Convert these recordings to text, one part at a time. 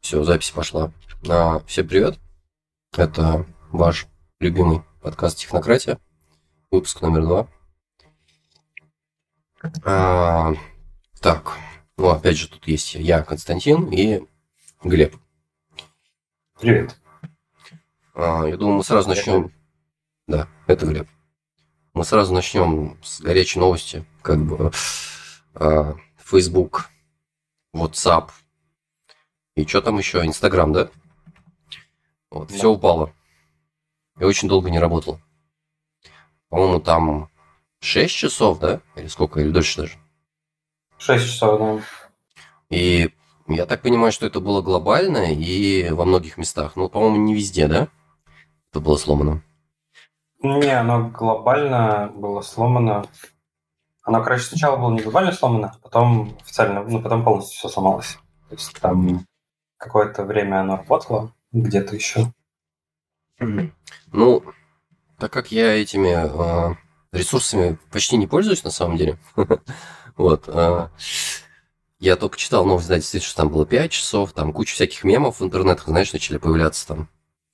Все, запись пошла. Всем привет. Это ваш любимый подкаст «Технократия», выпуск номер 2. Так, ну опять же тут есть я, Константин, и Глеб. Привет. Я думаю, мы сразу начнем. Да, это Глеб. Мы сразу начнем с горячей новости, как бы Facebook, WhatsApp и что там еще, Instagram, да? Вот, Да. все упало. И очень долго не работал. По-моему, там 6 часов, да? Или сколько? Или дольше даже? 6 часов, да. И я так понимаю, что это было глобально и во многих местах. Ну, по-моему, не везде, да? Это было сломано. Не, оно глобально было сломано. Оно, короче, сначала было не глобально сломано, а потом официально, потом полностью все сломалось. То есть там какое-то время оно работало, где-то еще. Ну, так как я этими ресурсами почти не пользуюсь, на самом деле, вот, я только читал новость, да, действительно, что там было 5 часов, там куча всяких мемов в интернетах, знаешь, начали появляться там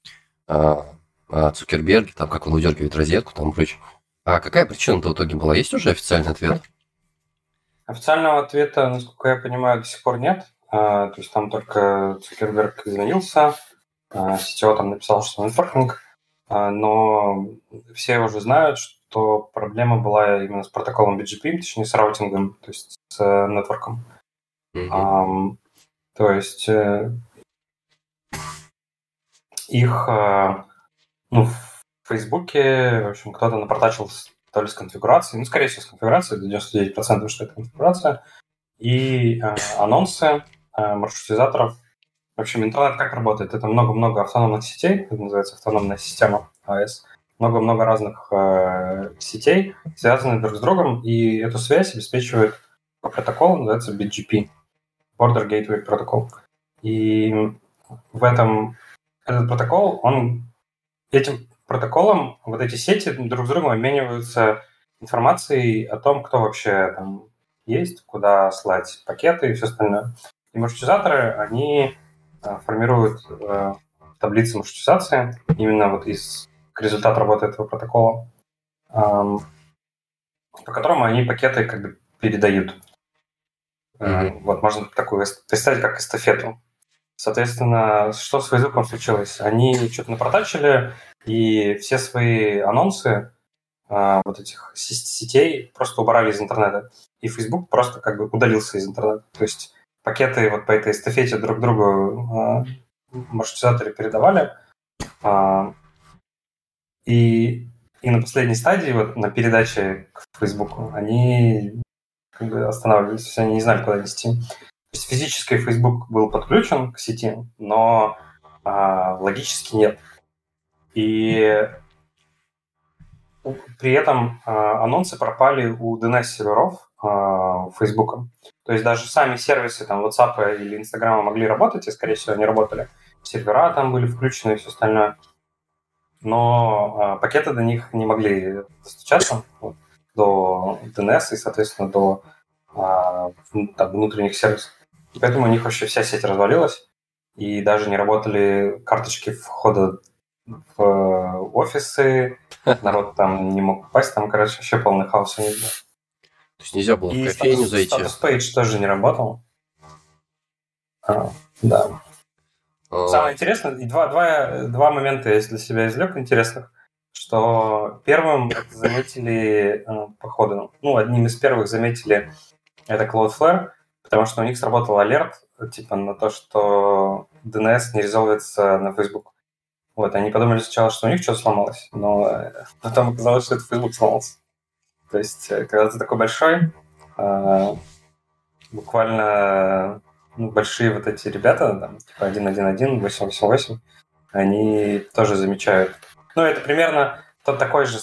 о Цукерберге, там, как он выдергивает розетку, там, и прочее. А какая причина-то в итоге была? Есть уже официальный ответ? Официального ответа, насколько я понимаю, до сих пор нет. То есть там только Цукерберг извинился, CTO там написал, что нетворкинг, но все уже знают, что проблема была именно с протоколом BGP, точнее с раутингом, то есть с нетворком. То есть их в Фейсбуке, в общем, кто-то напортачил то ли с конфигурацией, скорее всего, с конфигурацией, до 99%, что это конфигурация, и анонсы маршрутизаторов. В общем, интернет как работает? Это много-много автономных сетей, это называется автономная система АЭС, много-много разных сетей, связанных друг с другом, и эту связь обеспечивает протокол, называется BGP, Border Gateway Protocol. И этот протокол, этим протоколом вот эти сети друг с другом обмениваются информацией о том, кто вообще там есть, куда слать пакеты и все остальное. И маршрутизаторы, они формируют таблицы маршрутизации именно вот как результат работы этого протокола, по которому они пакеты как бы передают. Вот можно такую представить как эстафету. Соответственно, что с Facebook случилось? Они что-то напортачили, и все свои анонсы вот этих сетей просто убрали из интернета. И Facebook просто как бы удалился из интернета. То есть пакеты вот по этой эстафете друг другу маршрутизаторы передавали. И на последней стадии, вот на передаче к Facebook, они как бы останавливались, то есть они не знали, куда нести. То есть физически Facebook был подключен к сети, но логически нет. И при этом анонсы пропали у DNS-серверов Facebook. То есть даже сами сервисы там, WhatsApp или Instagram могли работать, и, скорее всего, они работали. Сервера там были включены и все остальное. Но пакеты до них не могли достучаться до DNS и, соответственно, до внутренних сервисов. И поэтому у них вообще вся сеть развалилась, и даже не работали карточки входа в офисы, народ там не мог попасть, там, короче, вообще полный хаос у них был. То есть нельзя было в кофейню зайти? Статус Page тоже не работал. Да. Самое интересное, два момента я для себя извлек интересных, что первым это заметили по ходу, одним из первых заметили это Cloudflare, потому что у них сработал алерт типа на то, что DNS не резолвится на Facebook. Вот, они подумали сначала, что у них что-то сломалось, но потом оказалось, что это Facebook сломался. То есть, когда ты такой большой, буквально большие вот эти ребята, там, типа 1.1.1, 8.8.8, они тоже замечают. Это примерно такой же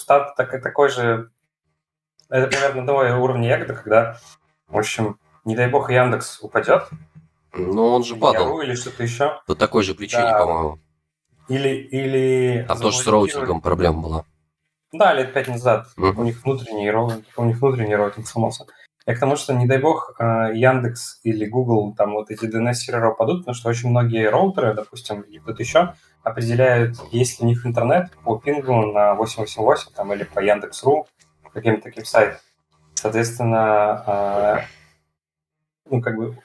это примерно того уровня ягоды, когда, в общем, не дай бог, Яндекс упадет. Ну, он же падал. Или что-то еще. По такой же причине, да. по-моему. Или там тоже с роутингом проблема была. Да, лет 5 назад. У них внутренний роутинг сломался. Я к тому, что, не дай бог, Яндекс или Google, там вот эти DNS-серверы упадут, потому что очень многие роутеры, допустим, или кто-то еще, определяют, есть ли у них интернет по пингу на 888 там, или по Яндекс.ру, каким-то таким сайтом. Соответственно, ну, как бы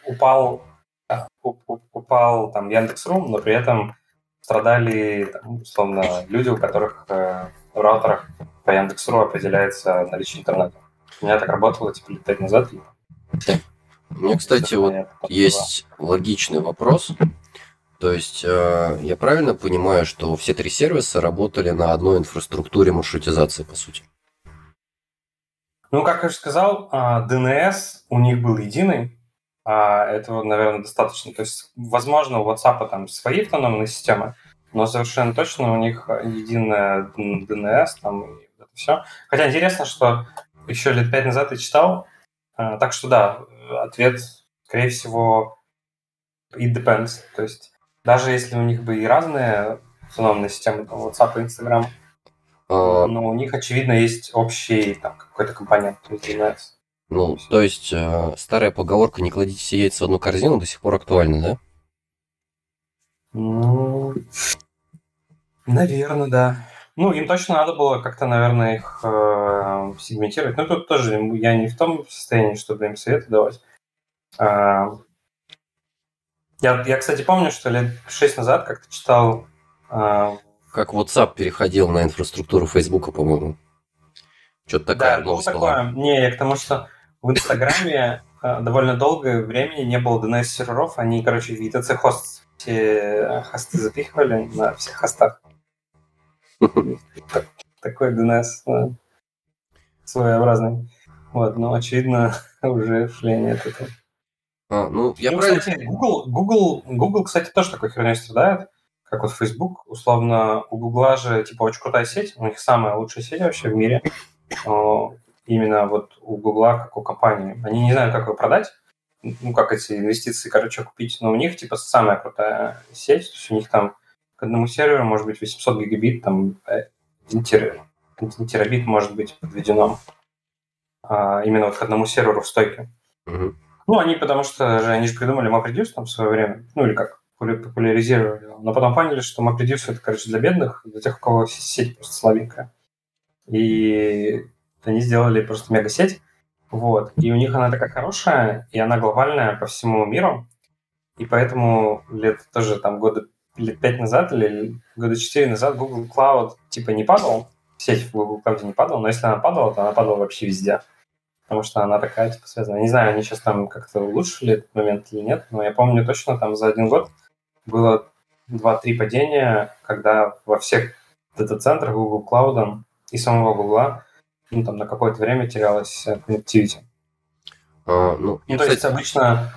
упал там Яндекс.ру, но при этом страдали, там, условно, люди, у которых в роутерах по Яндекс.ру определяется наличие интернета. У меня так работало, типа, лет 5 назад. У меня, кстати, вот есть логичный вопрос. То есть я правильно понимаю, что все 3 сервиса работали на одной инфраструктуре маршрутизации, по сути? Ну, как я уже сказал, DNS у них был единый, этого, наверное, достаточно. То есть, возможно, у WhatsApp там свои автономные системы, но совершенно точно у них единая DNS, там, и это все. Хотя интересно, что еще лет 5 назад я читал, так что да, ответ, скорее всего, it depends. То есть, даже если у них бы и разные автономные системы, там, WhatsApp и Instagram, но у них, очевидно, есть общий там, какой-то компонент, то есть DNS. Ну, то есть старая поговорка «не кладите все яйца в одну корзину» до сих пор актуальна, да? Ну, наверное, да. Ну, им точно надо было как-то, наверное, их сегментировать. Но тут тоже я не в том состоянии, чтобы им советы давать. Я, кстати, помню, что лет 6 назад как-то читал... Как WhatsApp переходил на инфраструктуру Фейсбука, по-моему. Что-то такая Да, новость такое. была. Не, я к тому, что в Инстаграме довольно долгое времени не было DNS-серверов. Они, короче, в ETC-хост все хосты запихивали на всех хостах. Такой DNS своеобразный. Вот, но, очевидно, уже ушли они от этого. Я правильно... кстати, Google, кстати, тоже такой херней страдает, как вот Facebook. Условно, у Google же, типа, очень крутая сеть, у них самая лучшая сеть вообще в мире. Именно вот у Google, как у компании. Они не знают, как ее продать, ну, как эти инвестиции, короче, купить, но у них, типа, самая крутая сеть, то есть у них там к одному серверу может быть 800 гигабит, там, 1 терабит может быть подведено именно вот к одному серверу в стойке. Угу. Ну, потому что они же придумали MapReduce там в свое время, ну, или как, популяризировали его. Но потом поняли, что MapReduce это, короче, для бедных, для тех, у кого сеть просто слабенькая. И они сделали просто мегасеть, вот. И у них она такая хорошая, и она глобальная по всему миру. И поэтому лет 5 назад или года 4 назад Google Cloud типа не падал, сеть в Google Cloud не падала, но если она падала, то она падала вообще везде. Потому что она такая, типа, связана. Я не знаю, они сейчас там как-то улучшили этот момент или нет, но я помню точно, там за 1 год было 2-3 падения, когда во всех дата-центрах Google Cloud и самого Google ну, там на какое-то время терялась connectivity. То есть обычно...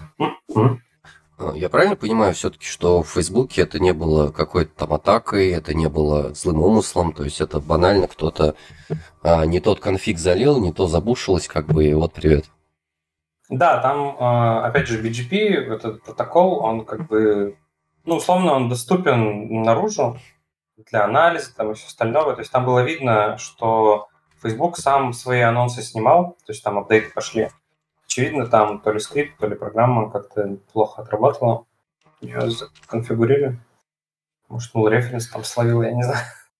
Я правильно понимаю все-таки, что в Фейсбуке это не было какой-то там атакой, это не было злым умыслом, то есть это банально кто-то не тот конфиг залил, не то забушилось, как бы, и вот привет. Да, там, опять же, BGP, этот протокол, он как бы, ну, условно, он доступен наружу для анализа там и все остального. То есть там было видно, что Facebook сам свои анонсы снимал, то есть там апдейты пошли. Очевидно, там то ли скрипт, то ли программа как-то плохо отработала. Ее конфигурировали. Может, референс там словил, я не знаю.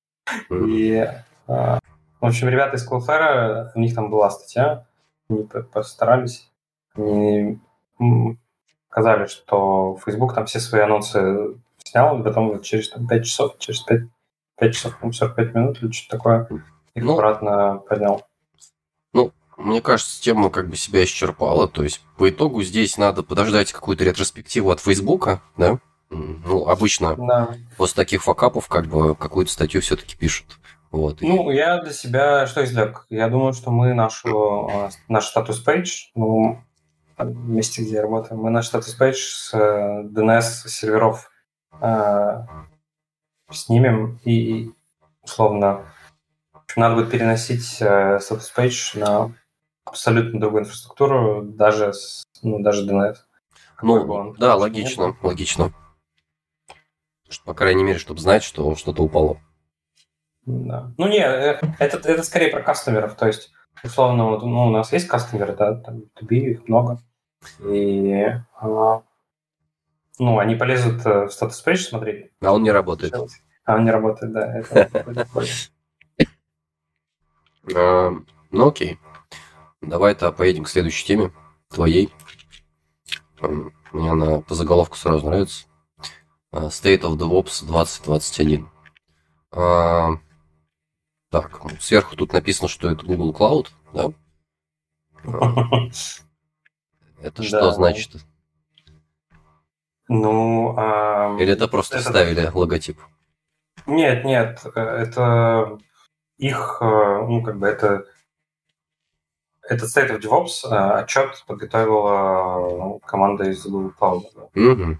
И, в общем, ребята из Cloudflare, у них там была статья, они постарались, они сказали, что Facebook там все свои анонсы снял, и потом через 5 часов, через 5 часов, 45 минут или что-то такое, их обратно поднял. Мне кажется, тема как бы себя исчерпала, то есть по итогу здесь надо подождать какую-то ретроспективу от Фейсбука, да? Ну, обычно после таких факапов как бы какую-то статью все-таки пишут. Вот. Ну, я для себя что извлек? Я думаю, что мы наш статус-пейдж, месте, где я работаю, мы наш статус-пейдж с DNS-серверов снимем и условно надо будет переносить статус-пейдж на абсолютно другую инфраструктуру, даже DNS. Да, логично. По крайней мере, чтобы знать, что что-то упало. Да. Это скорее про кастомеров. То есть условно, вот, ну, у нас есть кастомеры, да, там, B2B, их много, и ну, они полезут в статус-пейдж смотреть. А он не работает. А он не работает, да, это прикольно. Ну, окей. Давай-то поедем к следующей теме, твоей. Мне она по заголовку сразу нравится. State of DevOps 2021. Так, сверху тут написано, что это Google Cloud, да? Это что значит? Ну, или это просто вставили логотип? Нет, это их, ну, как бы это этот State of DevOps отчет подготовила команда из Google Cloud. Угу.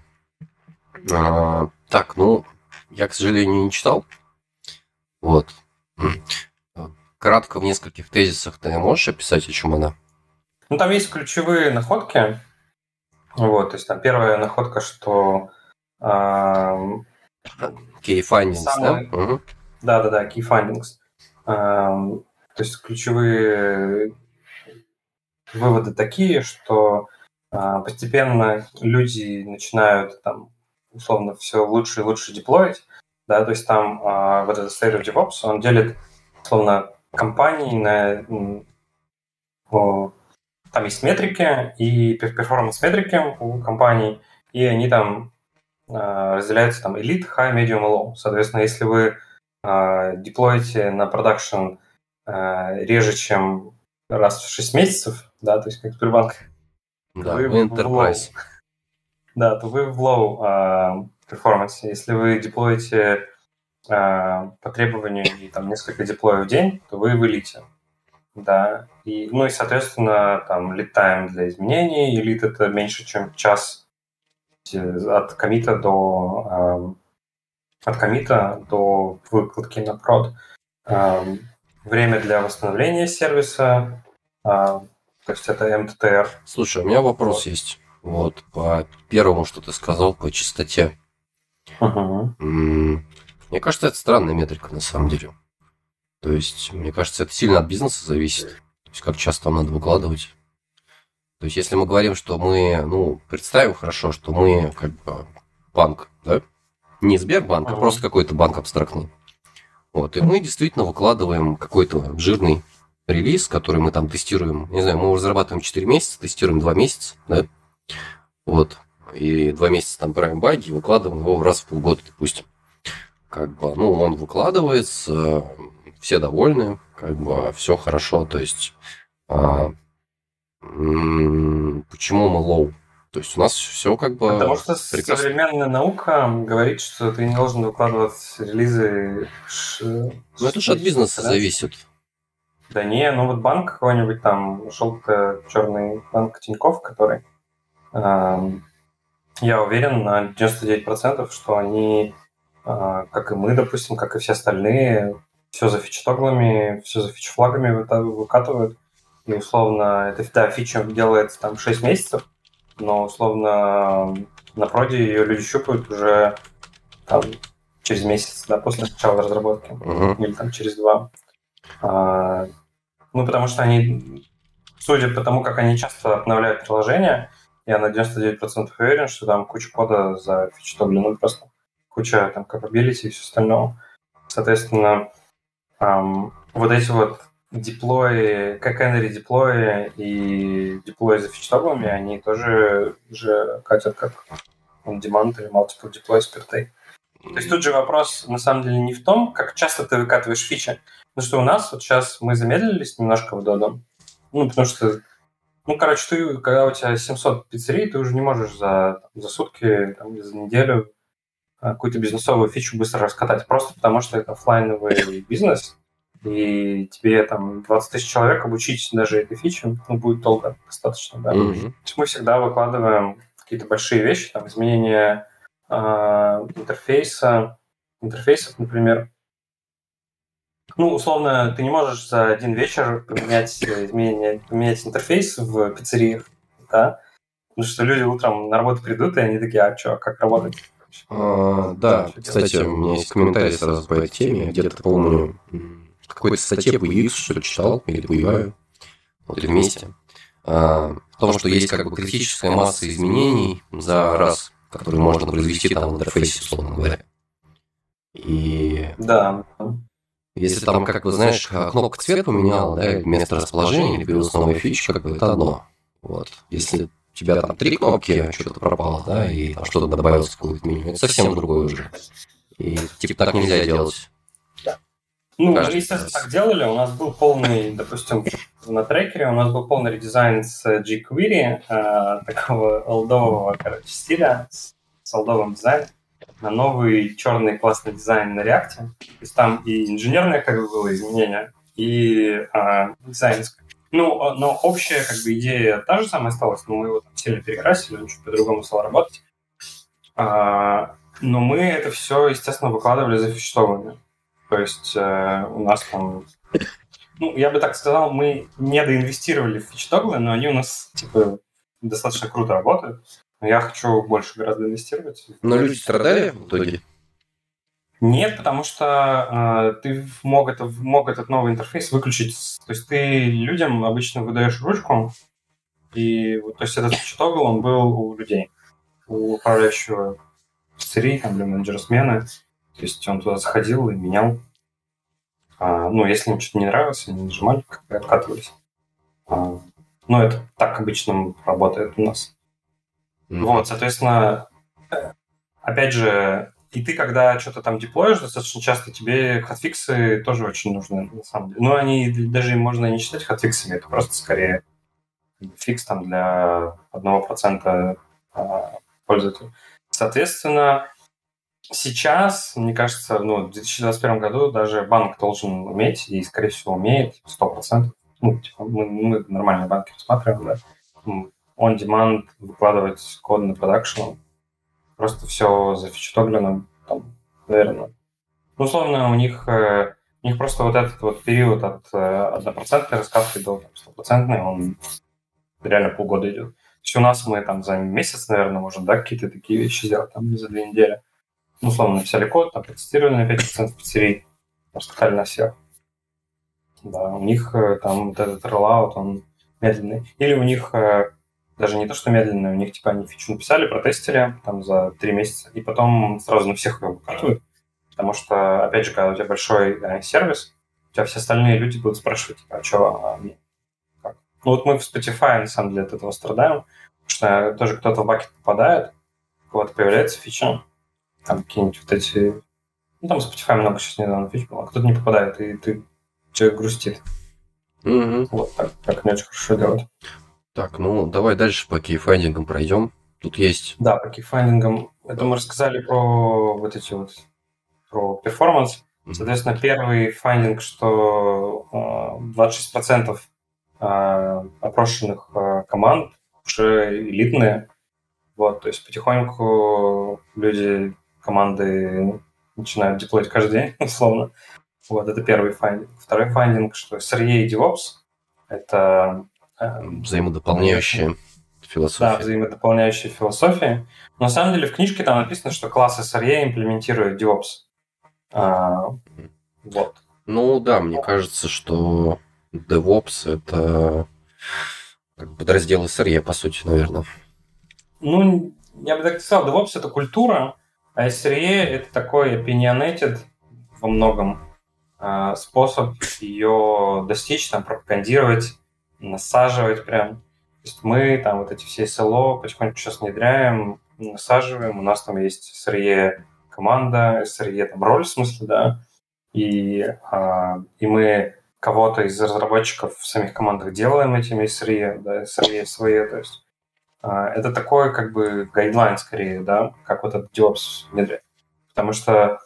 Так, ну, я, к сожалению, не читал. Вот. Кратко в нескольких тезисах ты можешь описать, о чем она? Ну, там есть ключевые находки. Вот, то есть там первая находка, что Key findings, самые... да? Угу. Да, key findings. То есть ключевые выводы такие, что постепенно люди начинают там условно все лучше и лучше деплоить, да, то есть там вот этот State of DevOps, он делит условно компании на там есть метрики и перформанс-метрики у компаний, и они там разделяются там Elite, High, Medium и Low. Соответственно, если вы деплоите на продакшн реже, чем раз в 6 месяцев, да, то есть как Сбербанк, да, вы Enterprise. Да, то вы в low performance. Если вы деплоите по требованию там, несколько деплоев в день, то вы в элите. Да. И, ну и, соответственно, там lead time для изменений. Элит — это меньше, чем час от комита до выкладки на прод. Время для восстановления сервиса, то есть это MTTR. Слушай, у меня вопрос есть. Вот, по первому, что ты сказал, по частоте. Мне кажется, это странная метрика на самом деле. То есть, мне кажется, это сильно от бизнеса зависит. То есть, как часто там надо выкладывать. То есть, если мы говорим, что мы, ну, представим хорошо, что мы как бы банк, да? Не Сбербанк, а просто какой-то банк абстрактный. Вот, и мы действительно выкладываем какой-то жирный релиз, который мы там тестируем. Не знаю, мы его разрабатываем 4 месяца, тестируем 2 месяца, да? Вот. И 2 месяца там правим баги, выкладываем его раз в полгода, допустим. Как бы, ну, он выкладывается, все довольны, как бы все хорошо. То есть, почему мы low? То есть у нас все как бы потому что прекрасно. Современная наука говорит, что ты не должен выкладывать релизы. Ну, это же от бизнеса зависит. Да не, ну вот банк какой-нибудь там, желто-черный банк Тинькофф, который, я уверен на 99%, что они, как и мы, допустим, как и все остальные, все за фичтоглами, все за фич-флагами выкатывают. И условно, это, да, фича делается там 6 месяцев, но условно на проде ее люди щупают уже там, через месяц, да, после начала разработки, или там через 2. Ну, потому что они, судя по тому, как они часто обновляют приложение, я на 99% уверен, что там куча кода за фичтогли, ну, просто куча там capability и все остальное. Соответственно, вот эти вот деплои, canary деплои и деплои за фичтоглами, они тоже уже катят как on-demand или multiple deploy спирты. То есть тут же вопрос, на самом деле, не в том, как часто ты выкатываешь фичи. Потому что у нас вот сейчас мы замедлились немножко в Dodo. Ну, потому что, ну, короче, ты, когда у тебя 700 пиццерий, ты уже не можешь за сутки, там, за неделю какую-то бизнесовую фичу быстро раскатать. Просто потому что это офлайновый бизнес, и тебе там 20 тысяч человек обучить даже этой фиче, ну, будет долго достаточно, да. То есть мы всегда выкладываем какие-то большие вещи, там, изменения интерфейсов, например. Ну, условно, ты не можешь за один вечер поменять интерфейс в пиццериях, да? Потому что люди утром на работу придут, и они такие, а что, как работать? Да, кстати, у меня есть комментарий сразу по этой теме. Где-то, помню, в какой-то статье по UX, что ли, читал, или по UI, вот или вместе, в том, что есть как бы критическая масса изменений за раз, которые можно произвести там в интерфейсе, условно говоря. И Да. если там, как бы, знаешь, кнопка цвет поменяла, да, место расположения или появилась новая фича, как бы это одно. Вот. Если у тебя там 3 кнопки, что-то пропало, да, и там что-то добавилось в какое-то меню, это совсем другое уже. И типа так нельзя делать. Ну, мы, Каждый естественно, раз. так делали. У нас был полный, допустим, на трекере у нас был полный редизайн с jQuery, такого олдового, короче, стиля, с олдовым дизайном, на новый черный классный дизайн на React. То есть там и инженерное как бы было изменение, и дизайнерское. Ну, но общая как бы идея та же самая осталась, но мы его там сильно перекрасили, он чуть по-другому стал работать. Но мы это все, естественно, выкладывали зафичтованно. То есть у нас там... Ну, я бы так сказал, мы не доинвестировали в фичтоглы, но они у нас, типа, достаточно круто работают. Но я хочу больше гораздо инвестировать. Но люди страдали в итоге? Нет, потому что ты мог этот новый интерфейс выключить. То есть ты людям обычно выдаешь ручку, и то есть этот фичтогл, он был у людей, у управляющего пиццерии, там, для менеджера смены. То есть он туда заходил и менял. Ну, если им что-то не нравилось, они нажимали, как бы откатывались. Ну, это так обычно работает у нас. Вот, соответственно, опять же, и ты, когда что-то там деплоишь, достаточно часто тебе хатфиксы тоже очень нужны, на самом деле. Но они даже можно не считать хатфиксами, это просто скорее фикс там для 1% пользователей. Соответственно, сейчас, мне кажется, в 2021 году даже банк должен уметь, и, скорее всего, умеет 100%. Ну, типа, мы нормальные банки рассматриваем, да. On-demand выкладывать код на продакшн. Просто все зафичтоглено, там, наверное. Ну, условно, у них просто вот этот вот период от 1% раскатки до 100%, он реально полгода идет. То есть у нас мы там за месяц, наверное, можем, да, какие-то такие вещи сделать, там, за 2 недели. Ну, условно, написали код, там, протестировали на 5% пиццерий, раскатали на всех. Да, у них там вот этот rollout, он медленный. Или у них даже не то, что медленный, у них, типа, они фичу написали, протестили там за 3 месяца, и потом сразу на всех ее выкатывают. Потому что, опять же, когда у тебя большой сервис, у тебя все остальные люди будут спрашивать, типа, а что, как? Ну, вот мы в Spotify, на самом деле, от этого страдаем, потому что тоже кто-то в бакет попадает, у кого-то появляется фича, там какие-нибудь вот эти... Ну, там Spotify много сейчас недавно фич было, а кто-то не попадает, и ты человек грустит. Вот так не очень хорошо делать. Так, ну давай дальше по кейфайдингам пройдем. Тут есть... Да, по кейфайдингам. Это мы рассказали про вот эти вот, про перформанс. Соответственно, первый файндинг, что 26% опрошенных команд уже элитные. Вот, то есть потихоньку люди, команды начинают деплоить каждый день, условно. Вот, это первый файндинг. Второй файндинг, что SRE и DevOps – это... взаимодополняющие философии. Да, взаимодополняющие философии. Но на самом деле в книжке там написано, что класс SRE имплементирует DevOps. Вот. Ну да, мне кажется, что DevOps – это подраздел SRE, по сути, наверное. Ну, я бы так сказал, DevOps – это культура, а SRE – это такой opinionated во многом способ ее достичь, там, пропагандировать, насаживать прям. То есть мы там вот эти все SLO потихоньку сейчас внедряем, насаживаем. У нас там есть SRE команда, SRE там роль в смысле, да, и мы кого-то из разработчиков в самих командах делаем этими SRE, да, SRE свои, то есть это такой как бы гайдлайн скорее, да, как вот этот DevOps внедрять. Потому что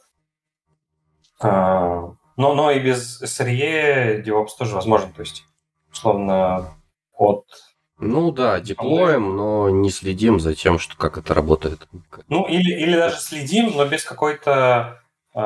но и без SRE DevOps тоже возможен, то есть условно от... Ну да, деплоем, но не следим за тем, что как это работает. Ну или даже следим, но без какой-то...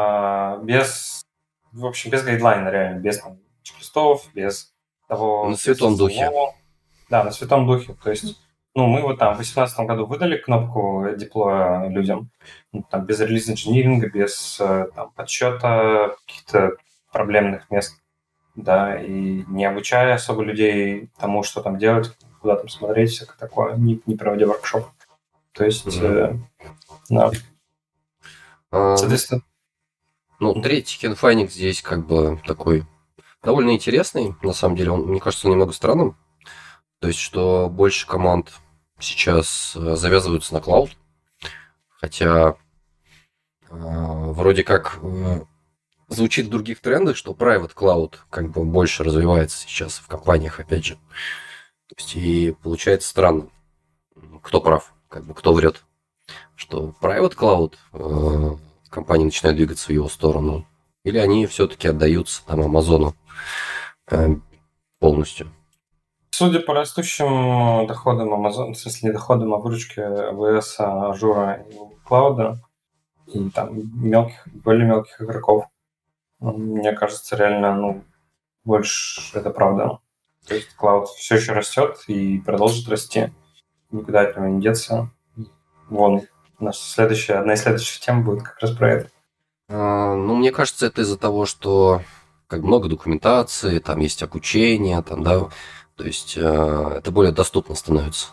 в общем, без гайдлайна реально, без там, чек-листов, без того... На святом духе. Да, на святом духе. То есть, мы вот там в 2018 году выдали кнопку деплоя людям, там, без релиз-инжиниринга, без там, подсчета каких-то проблемных мест. да, и не обучая особо людей тому, что там делать, куда там смотреть, всякое такое, не проводя воркшоп. То есть, да, Ну, соответственно... третий кенфайник здесь как бы такой довольно интересный. На самом деле, мне кажется, немного странным. То есть, что больше команд сейчас завязываются на клауд. Хотя вроде как звучит в других трендах, что private cloud как бы больше развивается сейчас в компаниях, опять же. То есть, и получается странно, кто прав, как бы кто врет. Что private cloud компании начинают двигаться в его сторону, или они все-таки отдаются там Амазону полностью. Судя по растущим доходам Amazon, в смысле не доходам, а выручке AWS, Azure и Cloud, и там более мелких игроков, мне кажется, реально, больше это правда. То есть Cloud все еще растет и продолжит расти. Никуда от него не деться. Вон, одна из следующих тем будет как раз про это. Мне кажется, это из-за того, что как много документации, там есть обучение, там, да, то есть это более доступно становится.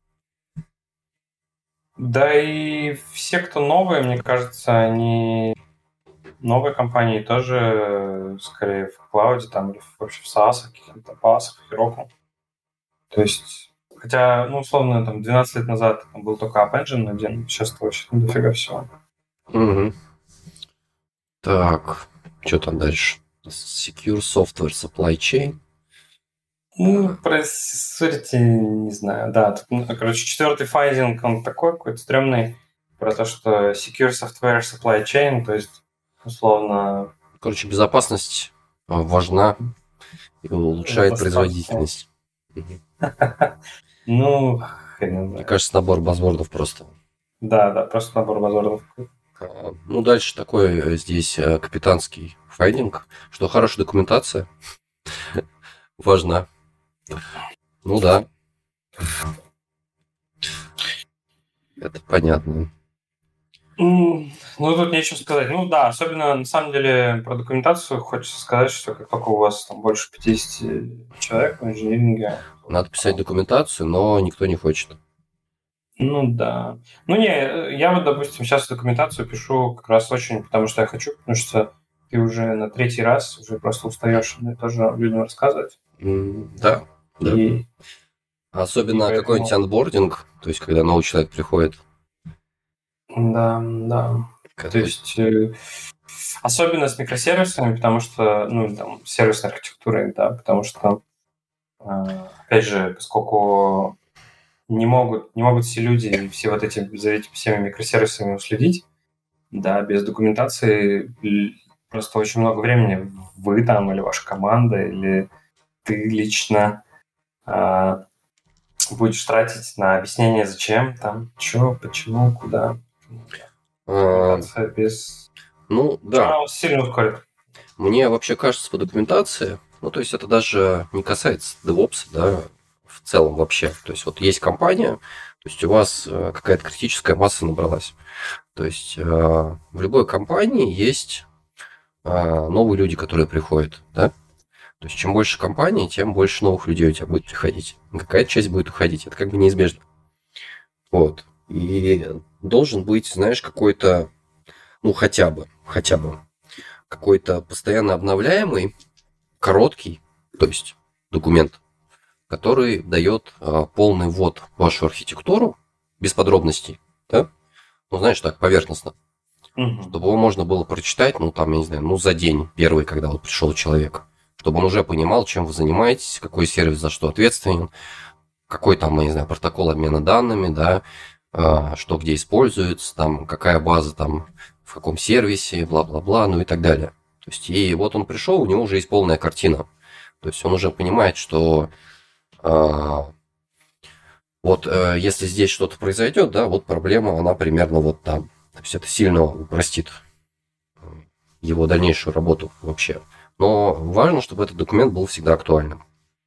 Да и все, кто новые, мне кажется, они новые компании тоже скорее в клауде, там, или вообще в SaaS, каких-то PaaS, Heroku. То есть, хотя, условно, там, 12 лет назад там был только App Engine один, сейчас вообще там дофига всего. Угу. Так, что там дальше? Secure Software Supply Chain. Про security не знаю. Да, тут, короче, четвертый файдинг, он такой какой-то стрёмный, про то, что Secure Software Supply Chain, то есть, условно... Короче, безопасность важна и улучшает производительность. Хрен Мне кажется, набор базвордов просто. Да, просто набор базвордов. Дальше такой здесь капитанский файдинг, что хорошая документация важна. Да. Это понятно. Тут нечего сказать. Да, особенно, на самом деле, про документацию хочется сказать, что как только у вас там больше 50 человек в инжиниринге... Надо писать документацию, но никто не хочет. Да. Я вот, допустим, сейчас документацию пишу как раз очень, потому что я хочу, потому что ты уже на третий раз уже просто устаешь тоже людям рассказывать. Да. И особенно поэтому... какой-нибудь анбординг, то есть когда новый человек приходит. Да. То есть особенно с микросервисами, потому что, там, сервисной архитектурой, да, потому что, опять же, поскольку не могут все люди все вот эти за этими всеми микросервисами уследить, да, без документации просто очень много времени вы там, или ваша команда, или ты лично будешь тратить на объяснение, зачем, там, что, почему, куда. Документация без... Да. Она вас сильно ускорит. Мне вообще кажется, по документации, то есть это даже не касается DevOps, да, в целом вообще. То есть вот есть компания, то есть у вас какая-то критическая масса набралась. То есть в любой компании есть новые люди, которые приходят, да. То есть чем больше компаний, тем больше новых людей у тебя будет приходить. Какая-то часть будет уходить, это как бы неизбежно. Вот. И должен быть, знаешь, какой-то, хотя бы, какой-то постоянно обновляемый, короткий, то есть документ, который дает полный ввод в вашу архитектуру, без подробностей, да? Знаешь, так, поверхностно. Чтобы его можно было прочитать, я не знаю, за день первый, когда вот пришел человек. Чтобы он уже понимал, чем вы занимаетесь, какой сервис за что ответственен, какой там, я не знаю, протокол обмена данными, да, что где используется, там, какая база там, в каком сервисе, бла-бла-бла, и так далее. То есть, и вот он пришел, у него уже есть полная картина. То есть, он уже понимает, что если здесь что-то произойдет, да, вот проблема, она примерно вот там. То есть, это сильно упростит его дальнейшую работу вообще. Но важно, чтобы этот документ был всегда актуальным.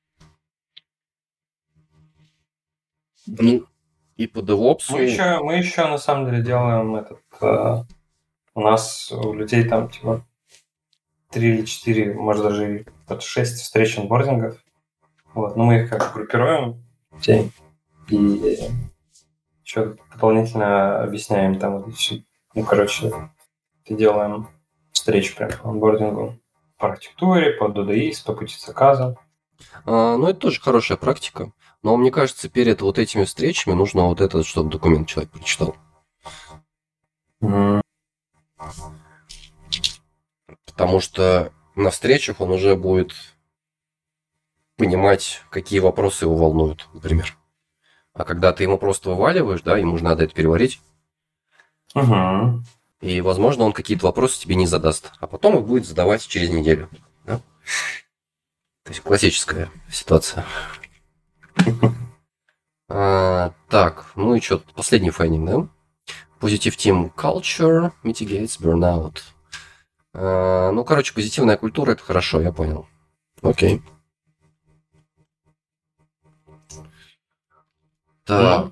И по DevOps... Мы еще на самом деле делаем у нас у людей там типа 3 или 4, может даже под 6 встреч онбордингов. Вот. Но мы их как группируем в день и еще дополнительно объясняем там все. Ну, короче, делаем встречи прям по онбордингу по архитектуре, по DDIS, по пути заказа. Ну, это тоже хорошая практика. Но мне кажется, перед вот этими встречами нужно вот этот, чтобы документ человек прочитал. Потому что на встречах он уже будет понимать, какие вопросы его волнуют, например. А когда ты ему просто вываливаешь, да, ему же надо это переварить. И, возможно, он какие-то вопросы тебе не задаст. А потом их будет задавать через неделю. Да? То есть классическая ситуация. Так, ну и что, последний файндинг, да? Positive team culture mitigates burnout. Ну, короче, позитивная культура – это хорошо, я понял. Окей. Так.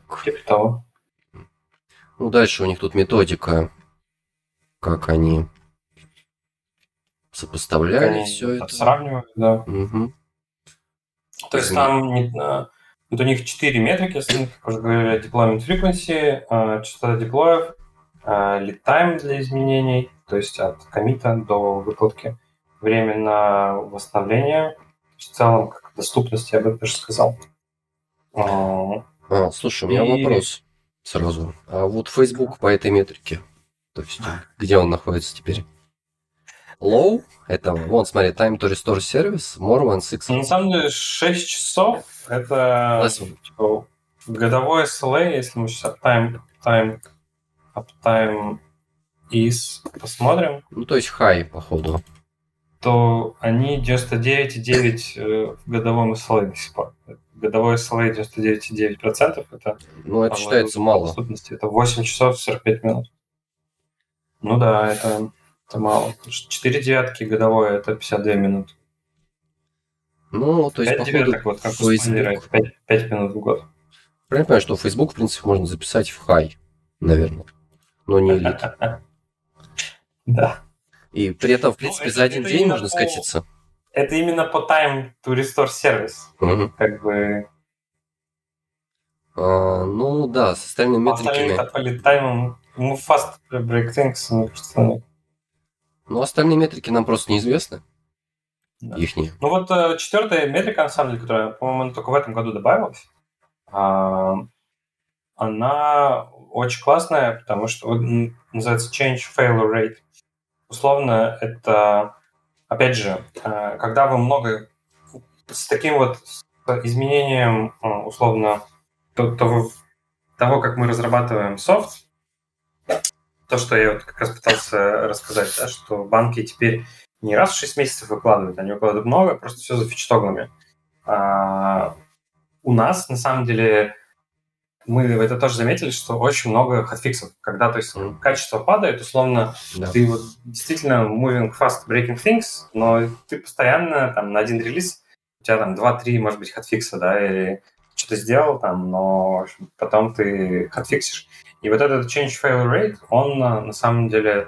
Ну, дальше у них тут методика, как они сопоставляли все это. Сравнивают, да. Угу. То есть там вот у них 4 метрики, как уже говорили, deployment frequency, частота деплоев, lead time для изменений, то есть от коммита до выкладки, время на восстановление, в целом как доступность, я бы даже сказал. Слушай, у меня вопрос сразу. А вот Facebook по этой метрике, то есть где он находится теперь? Low? Это, вон, смотри, time to restore service, more than 6 hours. На самом деле 6 часов это типа, годовой SLA, если мы сейчас uptime is посмотрим. Ну, то есть high, походу. То они 99,9 в годовом SLA до сих пор. Годовой SLA 99,9%. Это, ну, это считается мало. Это 8 часов 45 минут. Ну да, это мало. 4 девятки годовое, это 52 минуты. Ну, то есть, 5 походу, девяток, вот как Facebook... 5 минут в год. Правильно понимаю, что Facebook, в принципе, можно записать в high, наверное, но не elite. Да. И при этом, в принципе, за один день можно скатиться. Это именно по time to restore service. Как бы... Ну, да, с остальными метриками... По lead time, fast break things, мне кажется, нет. Ну, остальные метрики нам просто неизвестны. Да. Ихние. Ну, вот 4-я метрика, на самом деле, которая, по-моему, только в этом году добавилась, она очень классная, потому что называется change failure rate. Условно, это, опять же, когда вы много с таким вот изменением, условно, того, как мы разрабатываем софт, то, что я вот как раз пытался рассказать, да, что банки теперь не раз в 6 месяцев выкладывают, они выкладывают много, просто все за фичтоглами. У нас, на самом деле, мы это тоже заметили, что очень много хатфиксов, когда, то есть, качество падает, условно, ты вот действительно moving fast, breaking things, но ты постоянно там на один релиз, у тебя там 2-3, может быть, хатфикса, да, или что-то сделал там, но в общем, потом ты хатфиксишь. И вот этот change failure rate, он на самом деле,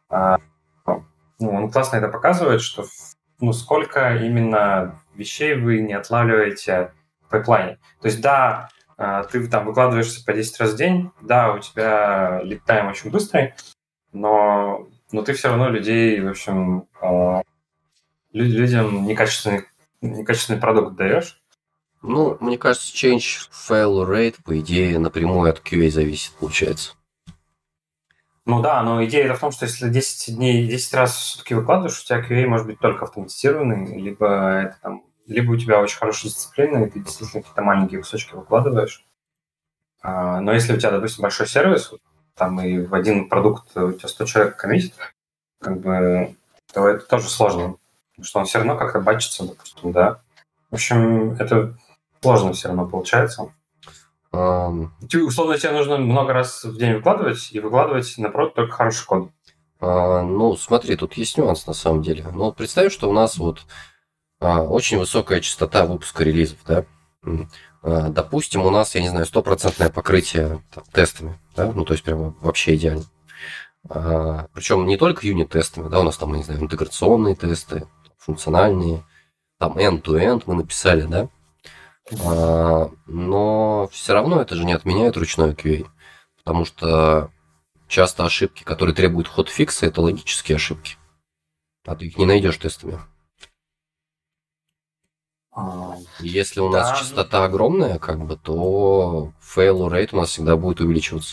он классно это показывает, что сколько именно вещей вы не отлавливаете в пайплайне. То есть, да, ты там выкладываешься по 10 раз в день, да, у тебя lead time очень быстрый, но ты все равно людей, в общем, людям некачественный продукт даешь. Ну, мне кажется, change failure rate, по идее, напрямую от QA зависит, получается. Ну да, но идея в том, что если 10 раз в сутки выкладываешь, у тебя QA может быть только автоматизированный, либо у тебя очень хорошая дисциплина, и ты действительно какие-то маленькие кусочки выкладываешь. Но если у тебя, допустим, большой сервис, там и в один продукт у тебя 100 человек коммитит, как бы, то это тоже сложно, потому что он все равно как-то батчится, допустим, да. В общем, это сложно все равно получается. Условно, тебе нужно много раз в день выкладывать, и выкладывать на прод только хороший код. Ну, смотри, тут есть нюанс на самом деле. Ну, представь, что у нас вот очень высокая частота выпуска релизов, да. Допустим, у нас, я не знаю, 100% покрытие тестами, да, ну, то есть прям вообще идеально. Причем не только юнит-тестами, да, у нас там, не знаю, интеграционные тесты, функциональные, там end-to-end мы написали, да? Но все равно это же не отменяет ручной QA, потому что часто ошибки, которые требуют хотфикса, это логические ошибки, а ты их не найдешь тестами. Если у нас частота огромная, как бы, то fail rate у нас всегда будет увеличиваться.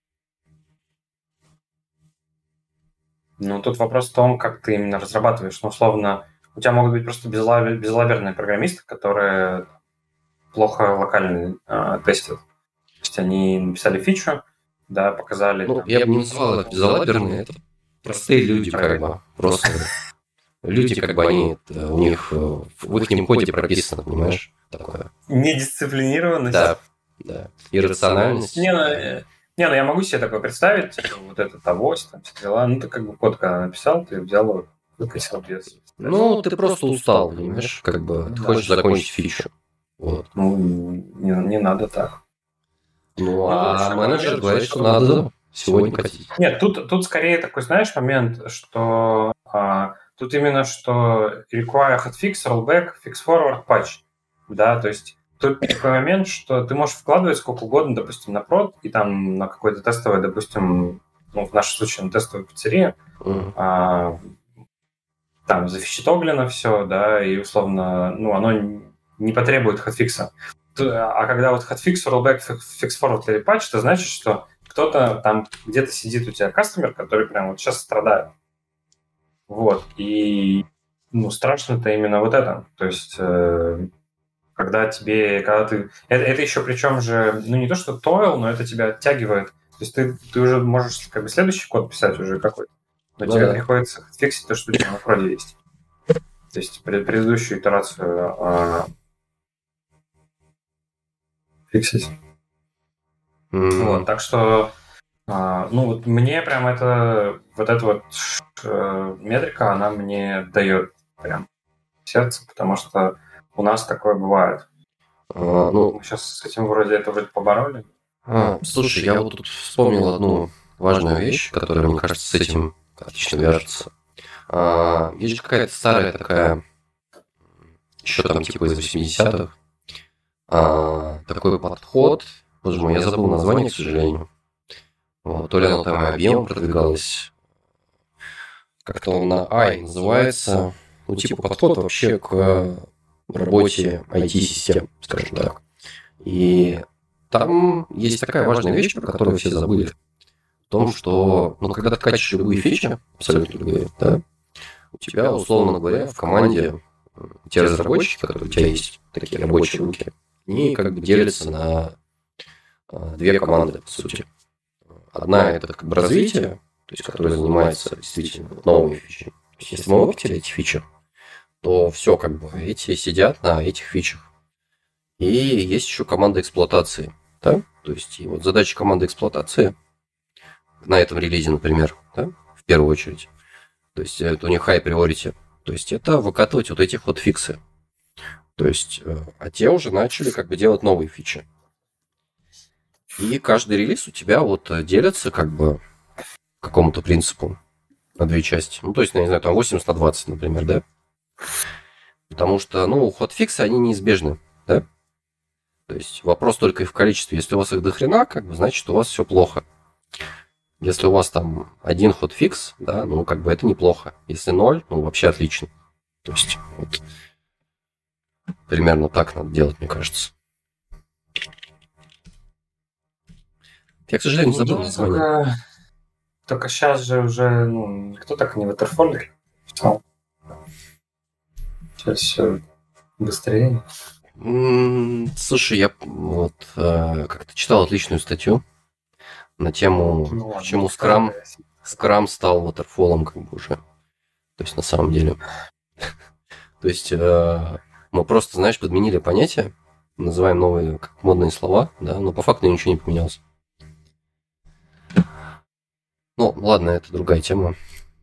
Ну, тут вопрос в том, как ты именно разрабатываешь. Ну, условно, у тебя могут быть просто безлаберные программисты, которые плохо локально тестят. То есть они написали фичу, да, показали... Ну, я бы не называл их безлаберные, это простые люди, как бы, просто... Люди, как бы, они, у них в их коде прописано, понимаешь, такое. Недисциплинированность. Да. Иррациональность. Не, ну я могу себе такое представить, типа, вот этот авось, там, все дела. Ну, ты как бы код, когда написал, ты взял его, выкосил без... Ну, ты просто устал, понимаешь, как бы, ты хочешь закончить фичу. Вот. Ну, не надо так. Ну, а менеджер говорит, что надо сегодня катить. Нет, тут скорее такой, знаешь, момент, что тут именно что require hotfix, rollback, fix forward, patch. Да, то есть тут такой момент, что ты можешь вкладывать сколько угодно, допустим, на прод, и там на какой-то тестовый, допустим, ну, в нашем случае на тестовую пиццерию, там зафичетоглено все, да, и условно, ну, оно не потребует хотфикса. А когда вот hotfix, rollback, fix forward или patch, это значит, что кто-то там где-то сидит у тебя кастомер, который прям вот сейчас страдает. Вот. И ну, страшно-то именно вот это. То есть, когда ты... Это еще причем же, ну, не то, что toil, но это тебя оттягивает. То есть ты уже можешь как бы следующий код писать уже какой-то. Но тебе приходится фиксить то, что у тебя на проде есть. То есть предыдущую итерацию фиксить. Вот, так что ну, вот мне прям эта метрика, она мне дает прям сердце, потому что у нас такое бывает. Мы сейчас с этим вроде побороли. Слушай, я вот тут вспомнил одну важную вещь, которая, мне кажется, с этим отлично вяжется. Есть же какая-то старая такая, еще там типа из 80-х, такой подход, боже мой, я забыл название, к сожалению. Вот, то ли оно там объем продвигалось, как-то он на I называется, ну, типа подход вообще к работе IT-систем, скажем так. И там есть такая важная вещь, про которую все забыли. В том, что, ну, когда ты качаешь любые фичи, абсолютно любые, да, у тебя, условно говоря, в команде те разработчики, которые у тебя есть, такие рабочие руки, они как бы делятся на две команды, по сути. Одна – это как бы развитие, то есть которая занимается действительно новыми фичами. То есть если мы выкатили эти фичи, то все, как бы, эти сидят на этих фичах. И есть еще команда эксплуатации, да? То есть и вот задача команды эксплуатации на этом релизе, например, да, в первую очередь, то есть это у них high priority, то есть это выкатывать вот эти хотфиксы. То есть, а те уже начали как бы делать новые фичи. И каждый релиз у тебя вот делится как бы по какому-то принципу на две части. Ну, то есть, я не знаю, там 80/20, например, да? Потому что, ну, хотфиксы, они неизбежны, да? То есть вопрос только и в количестве. Если у вас их до хрена, как бы, значит, у вас все плохо. Если у вас там один хотфикс, да, ну, как бы это неплохо. Если 0, ну, вообще отлично. То есть, вот, примерно так надо делать, мне кажется. Я, к сожалению, забыл название. Только сейчас же уже, ну, никто так не ватерфоллер писал. Сейчас все быстрее. Слушай, я вот как-то читал отличную статью на тему, почему Scrum стал ватерфолом как бы уже. То есть, на самом деле. То есть, мы просто, знаешь, подменили понятия, называем новые как модные слова, да, но по факту ничего не поменялось. Ну, ладно, это другая тема.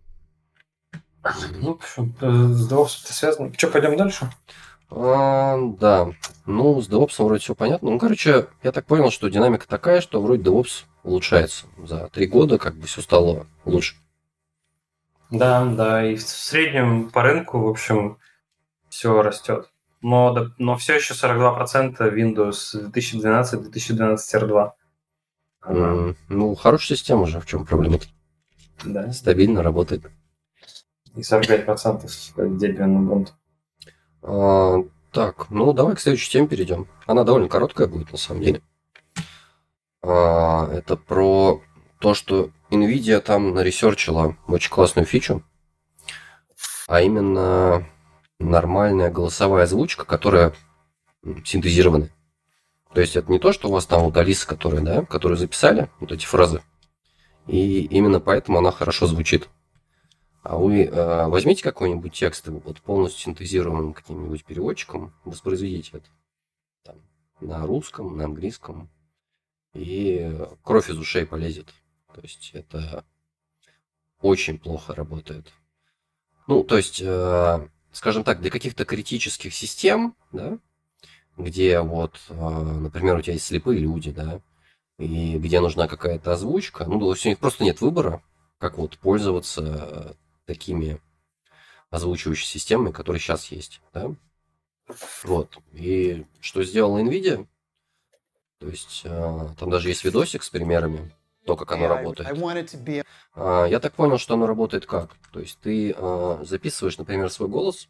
Ну, с DevOps связано. Что, пойдем дальше? Да. Ну, с DevOps вроде все понятно. Ну, короче, я так понял, что динамика такая, что вроде DevOps улучшается. За 3 года как бы все стало лучше. Да, и в среднем по рынку, в общем, все растет. Но все еще 42% Windows 2012-2012 R2. Ну, хорошая система же, в чем проблема-то? Да. Стабильно работает. И 45% Debian Ubuntu. Так, ну давай к следующей теме перейдем. Она довольно короткая будет, на самом деле. Это про то, что NVIDIA там наресерчила очень классную фичу, а именно нормальная голосовая озвучка, которая синтезирована. То есть это не то, что у вас там вот Алиса, которую записали, вот эти фразы, и именно поэтому она хорошо звучит. А вы возьмите какой-нибудь текст, вот полностью синтезируемым каким-нибудь переводчиком, воспроизведите это там, на русском, на английском, и кровь из ушей полезет. То есть это очень плохо работает. Ну, то есть, скажем так, для каких-то критических систем, да, где вот, например, у тебя есть слепые люди, да, и где нужна какая-то озвучка, ну, у них просто нет выбора, как вот пользоваться такими озвучивающими системами, которые сейчас есть, да. Вот. И что сделала NVIDIA? То есть там даже есть видосик с примерами, то, как оно работает. Я так понял, что оно работает как? То есть ты записываешь, например, свой голос,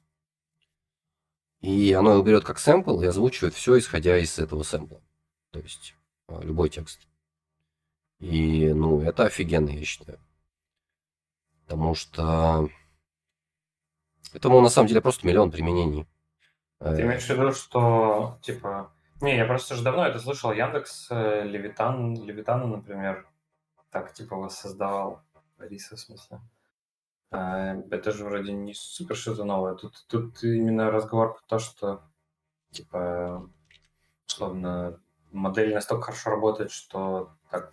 и оно его берет как сэмпл и озвучивает все, исходя из этого сэмпла. То есть любой текст. И, ну, это офигенно, я считаю. Потому что этому на самом деле просто миллион применений. Ты имеешь в виду, что, типа... Не, я просто уже давно это слышал. Яндекс, Левитана, например, так, типа, воссоздавал. Алиса, в смысле. Это же вроде не супер что-то новое. Тут именно разговор про то, что, типа, условно, модель настолько хорошо работает, что так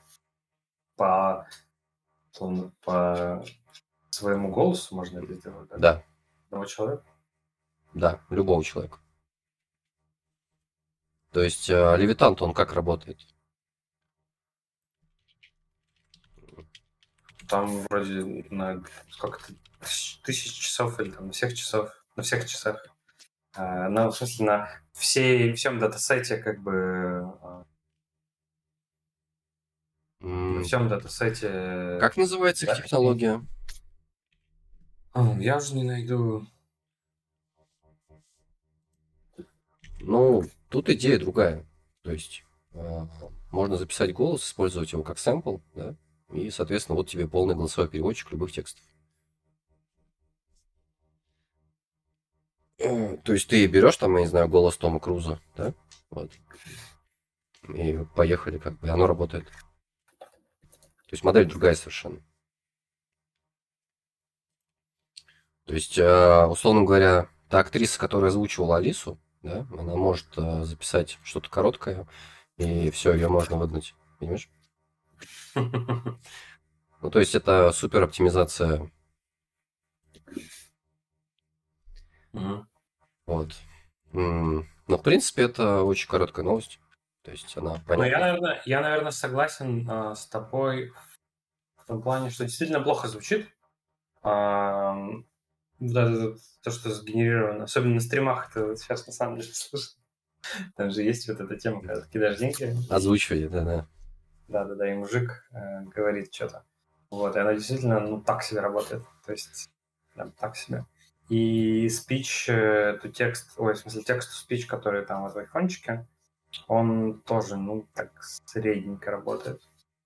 условно, по своему голосу можно это сделать, да? Да, Одного человека? да, любого человека. То есть Левитан-то он как работает? Там вроде на сколько-то тысяч часов или там на всех часах. В смысле, на всем датасете, как бы, во всем датасете. Как называется их технология? Я уже не найду. Ну, тут идея другая. То есть можно записать голос, использовать его как сэмпл, да, и, соответственно, вот тебе полный голосовой переводчик любых текстов. То есть ты берешь там, я не знаю, голос Тома Круза, да, вот, и поехали, как бы, оно работает. То есть модель другая совершенно. То есть, условно говоря, та актриса, которая озвучивала Алису, да, она может записать что-то короткое, и все, ее можно выгнать, понимаешь? Ну, то есть это супер оптимизация. Вот. Но, в принципе, это очень короткая новость. То есть она Ну, понятна. я, наверное, согласен с тобой в том плане, что действительно плохо звучит. Вот то, что сгенерировано, особенно на стримах, это вот сейчас на самом деле слышно. Там же есть вот эта тема, когда ты кидаешь деньги. Озвучивание, да-да. Да, и мужик говорит что-то. Вот, и она действительно, ну, так себе работает. То есть, прям так себе. И спич, в смысле, текст-то-спич, который там вот в айфончике, он тоже, ну, так средненько работает.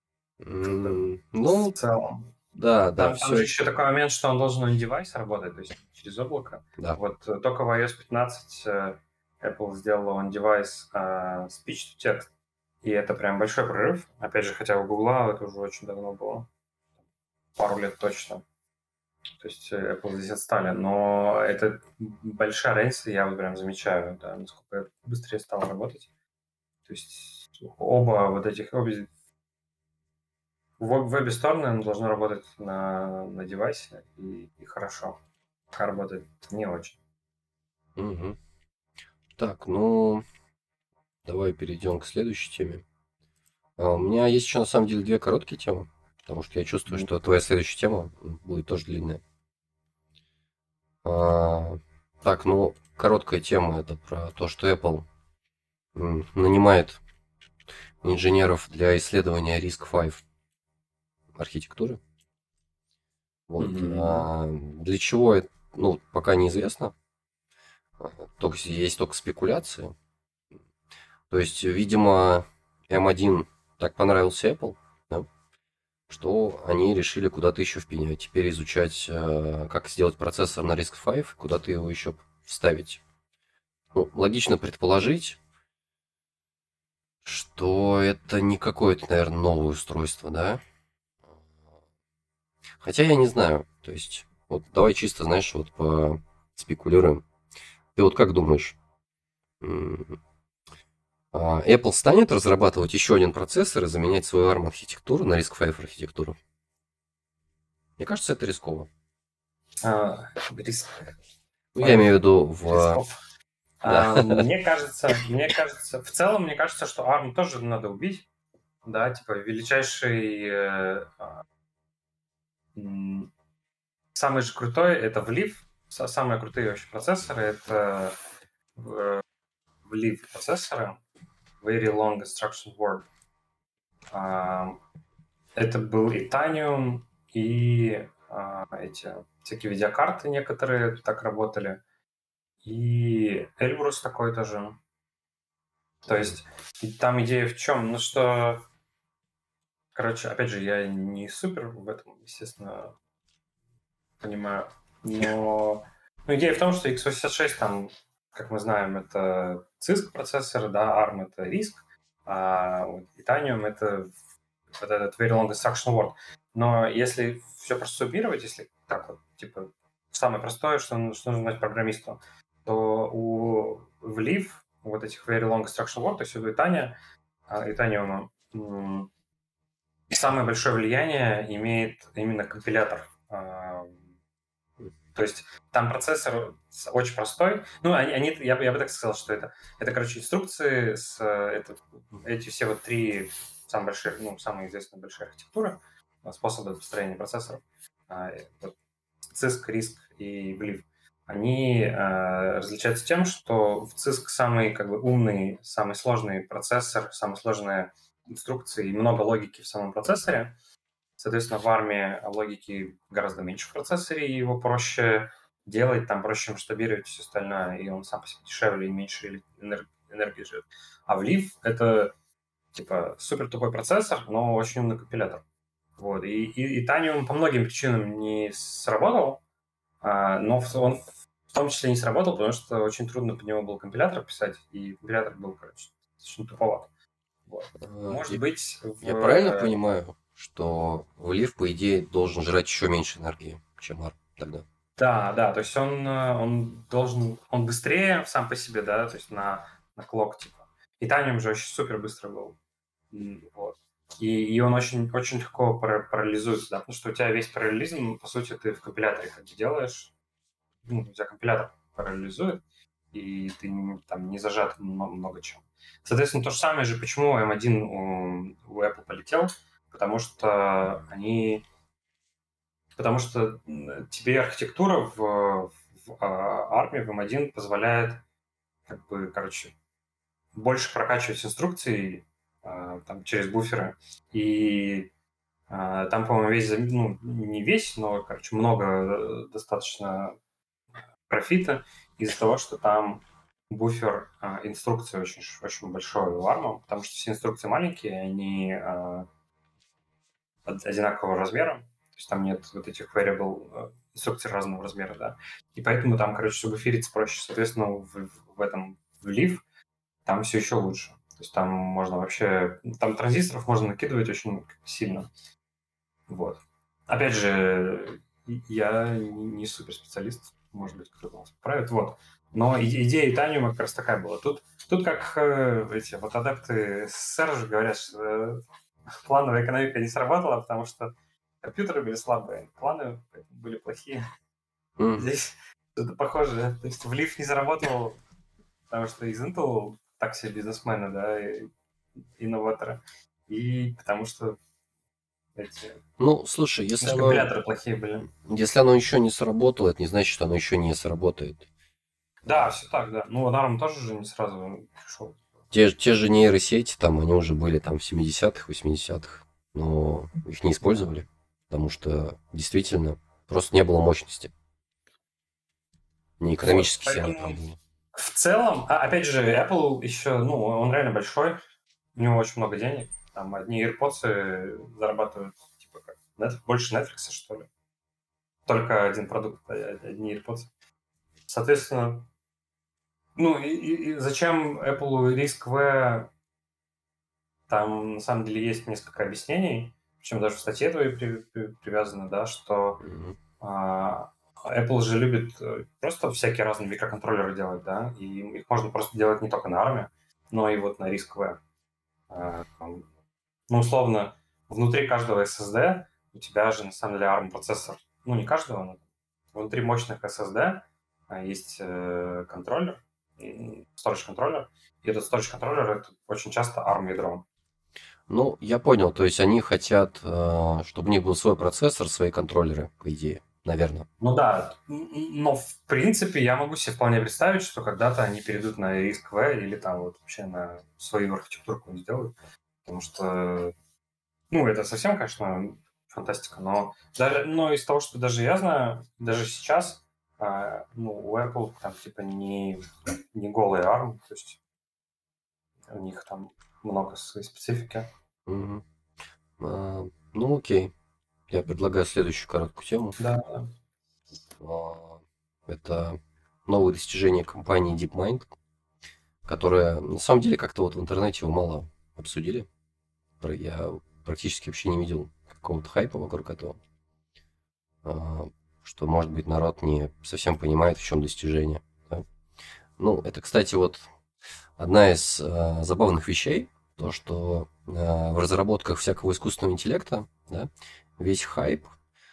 В Ну, целом. да, Там все же это. еще такой момент, что он должен on device работать, то есть через облако. Да. Вот только в iOS 15 Apple сделала on device speech to text. И это прям большой прорыв. Опять же, хотя у Гугла это уже очень давно было. Пару лет точно. То есть Apple здесь отстали. Но это большая разница, я вот прям замечаю, да, насколько это быстрее стало работать. То есть обе в обе стороны оно должно работать на девайсе и хорошо. Пока работает не очень. Мгм. Так, ну, давай перейдем к следующей теме. У меня есть еще на самом деле две короткие темы, потому что я чувствую, что твоя следующая тема будет тоже длинная. Так, ну, короткая тема, это про то, что Apple нанимает инженеров для исследования RISC-V архитектуры. Вот. Для чего это, пока неизвестно. Есть только спекуляции. То есть, видимо, M1 так понравился Apple, да, что они решили куда-то еще впенять. Теперь изучать, как сделать процессор на RISC-V, куда-то его еще вставить. Логично предположить, что это не какое-то, наверное, новое устройство, да? Хотя я не знаю. То есть, вот давай чисто, знаешь, вот поспекулируем. Ты вот как думаешь, Apple станет разрабатывать еще один процессор и заменять свою ARM-архитектуру на RISC-V архитектуру? Мне кажется, это рисково. Риск. Я имею в виду Да. Мне кажется, в целом, мне кажется, что ARM тоже надо убить. Да, типа величайший, самый же крутой это Vliv. Самые крутые вообще процессоры это Vliv процессоры. Very Long Instruction Word. Это был и Tanium, и эти всякие видеокарты некоторые так работали. И Эльбрус такой тоже. То есть там идея в чем? Ну что, короче, опять же, я не супер в этом, естественно, понимаю. Но идея в том, что x86 там, как мы знаем, это CISC процессор, да, ARM это RISC, а вот Titanium это вот этот Very Long Instruction Word. Но если все просто суммировать, если так вот, типа, самое простое, что нужно знать программисту, то у Vliv, вот этих Very Long Instruction Word, то есть у Titanium, самое большое влияние имеет именно компилятор. То есть там процессор очень простой. Я бы так сказал, что это короче, инструкции, эти все вот три самые большие, самые известные большие архитектуры, способы построения процессоров, вот, CISC, RISC и Vliv, они различаются тем, что в CISC самый как бы умный, самый сложный процессор, самые сложные инструкции и много логики в самом процессоре. Соответственно, в армии логики гораздо меньше в процессоре, и его проще делать, там проще масштабировать все остальное, и он сам по себе дешевле и меньше энергии жрет. А в Leaf это типа супер тупой процессор, но очень умный компилятор. Вот. И Tanium по многим причинам не сработал, но он в том числе не сработал, потому что очень трудно под него был компилятор писать, и компилятор был, короче, очень туповат. Вот. Может быть, я правильно понимаю, что Vliv, по идее, должен жрать еще меньше энергии, чем ARM тогда? Да, то есть он быстрее сам по себе, да, то есть на клок, типа. И Tanium же очень супер быстро был. Вот. И он очень, очень легко параллелизуется, да, потому что у тебя весь параллелизм, по сути, ты в компиляторе как бы делаешь, у тебя компилятор параллелизует, и ты там не зажат много чем. Соответственно, то же самое же, почему M1 у Apple полетел, потому что тебе архитектура в армии, в M1 позволяет, как бы, короче, больше прокачивать инструкции там, через буферы. И там, по-моему, не весь, но, короче, много достаточно профита из-за того, что там буфер инструкции очень, очень большой у ARM, потому что все инструкции маленькие, они одинакового размера, то есть там нет вот этих variable инструкций разного размера, да, и поэтому там, короче, все буферится проще. Соответственно, в Leaf там все еще лучше. То есть там можно вообще... Там транзисторов можно накидывать очень сильно. Вот. Опять же, я не супер специалист, может быть, кто-то нас поправит. Вот. Но идея Итаниума как раз такая была. Тут как эти вот адепты СССР же говорят, что плановая экономика не сработала, потому что компьютеры были слабые, планы были плохие. Здесь что-то похожее. То есть Влив не заработал, потому что из Intel так себе бизнесмены, да, и инноваторы. И потому что эти слушай, компиляторы плохие были. Если оно еще не сработало, это не значит, что оно еще не сработает. Да, все так, да. Ну, ARM тоже же не сразу пришел. Те же нейросети, там, они уже были там в 70-х, 80-х, но их не использовали, потому что действительно просто не было мощности. Не Вот, экономически себе поэтому оправдано. в целом, опять же, Apple еще, ну, он реально большой, у него очень много денег. Там одни AirPods зарабатывают, типа, как больше Netflix, что ли. Только один продукт, одни AirPods. Соответственно, ну, и зачем Apple риск V, там, на самом деле, есть несколько объяснений, причем даже в статье твоей привязано, да, что Мгм. Apple же любит просто всякие разные микроконтроллеры делать, да, и их можно просто делать не только на ARM, но и вот на RISC-V. Там, ну, условно, внутри каждого SSD у тебя же, на самом деле, ARM-процессор. Ну, не каждого, но внутри мощных SSD есть контроллер, storage контроллер, и этот storage контроллер это очень часто ARM-ядро. Ну, я понял, то есть они хотят, чтобы у них был свой процессор, свои контроллеры, по идее, наверное. Ну да, но в принципе я могу себе вполне представить, что когда-то они перейдут на RISC-V или там вот вообще на свою архитектуру какую-нибудь сделают, потому что, ну, это совсем, конечно, фантастика, но даже, но из того, что даже я знаю, даже сейчас, ну, у Apple там типа не голый ARM, то есть у них там много своей специфики. Мгм. Ну, окей. Я предлагаю следующую короткую тему. Да, Это новые достижения компании DeepMind, которая, на самом деле, как-то вот в интернете его мало обсудили. Я практически вообще не видел какого-то хайпа вокруг этого. А, Что, может быть, народ не совсем понимает, в чем достижение. Да? Ну, это, кстати, вот одна из забавных вещей, то, что в разработках всякого искусственного интеллекта, да, весь хайп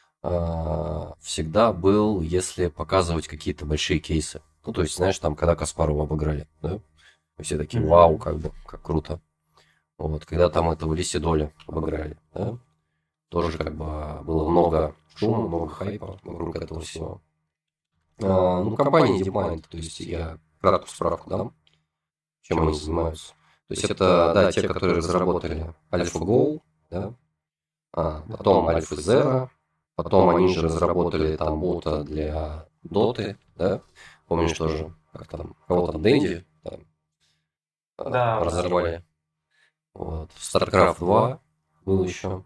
всегда был, если показывать какие-то большие кейсы. Ну, то есть, знаешь, там, когда Каспарова обыграли, да, и все такие, вау, как бы, как круто. Вот, когда там этого Лиси обыграли, да, тоже как бы было много шума, много хайпа вокруг этого всего. Ну, компания DeepMind, то есть я краткую справку дам, чем они занимаются. То есть это, да, те, которые разработали AlphaGo, да, потом AlphaZero, потом они же разработали там бота для Доты, да, помнишь тоже, как там, кого там, Дэнди там, да, да. разорвали. Вот. StarCraft 2 был еще.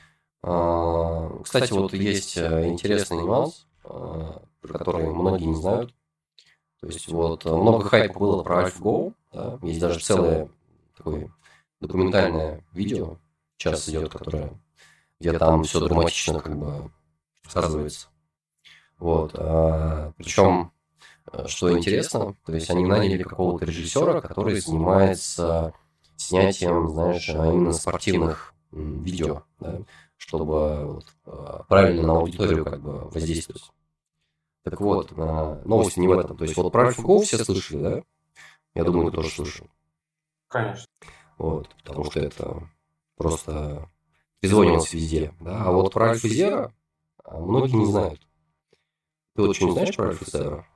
Кстати, вот есть интересный нюанс, про который многие не знают. То есть вот много хайпа было про AlphaGo, да? Есть даже целое такое документальное видео, сейчас идет, которое, где там все драматично как бы рассказывается. Вот. Причем, что интересно, то есть они наняли какого-то режиссера, который занимается снятием, знаешь, именно спортивных видео, да, чтобы вот, правильно на аудиторию как бы воздействовать. Так вот, новость не в этом. То есть вот про AlphaGo все слышали, да? Я думаю, ты тоже слышал. Конечно. Вот, потому что это просто трезвонилось везде. Да? А вот про AlphaZero многие не знают. Ты вот что не знаешь про AlphaZero?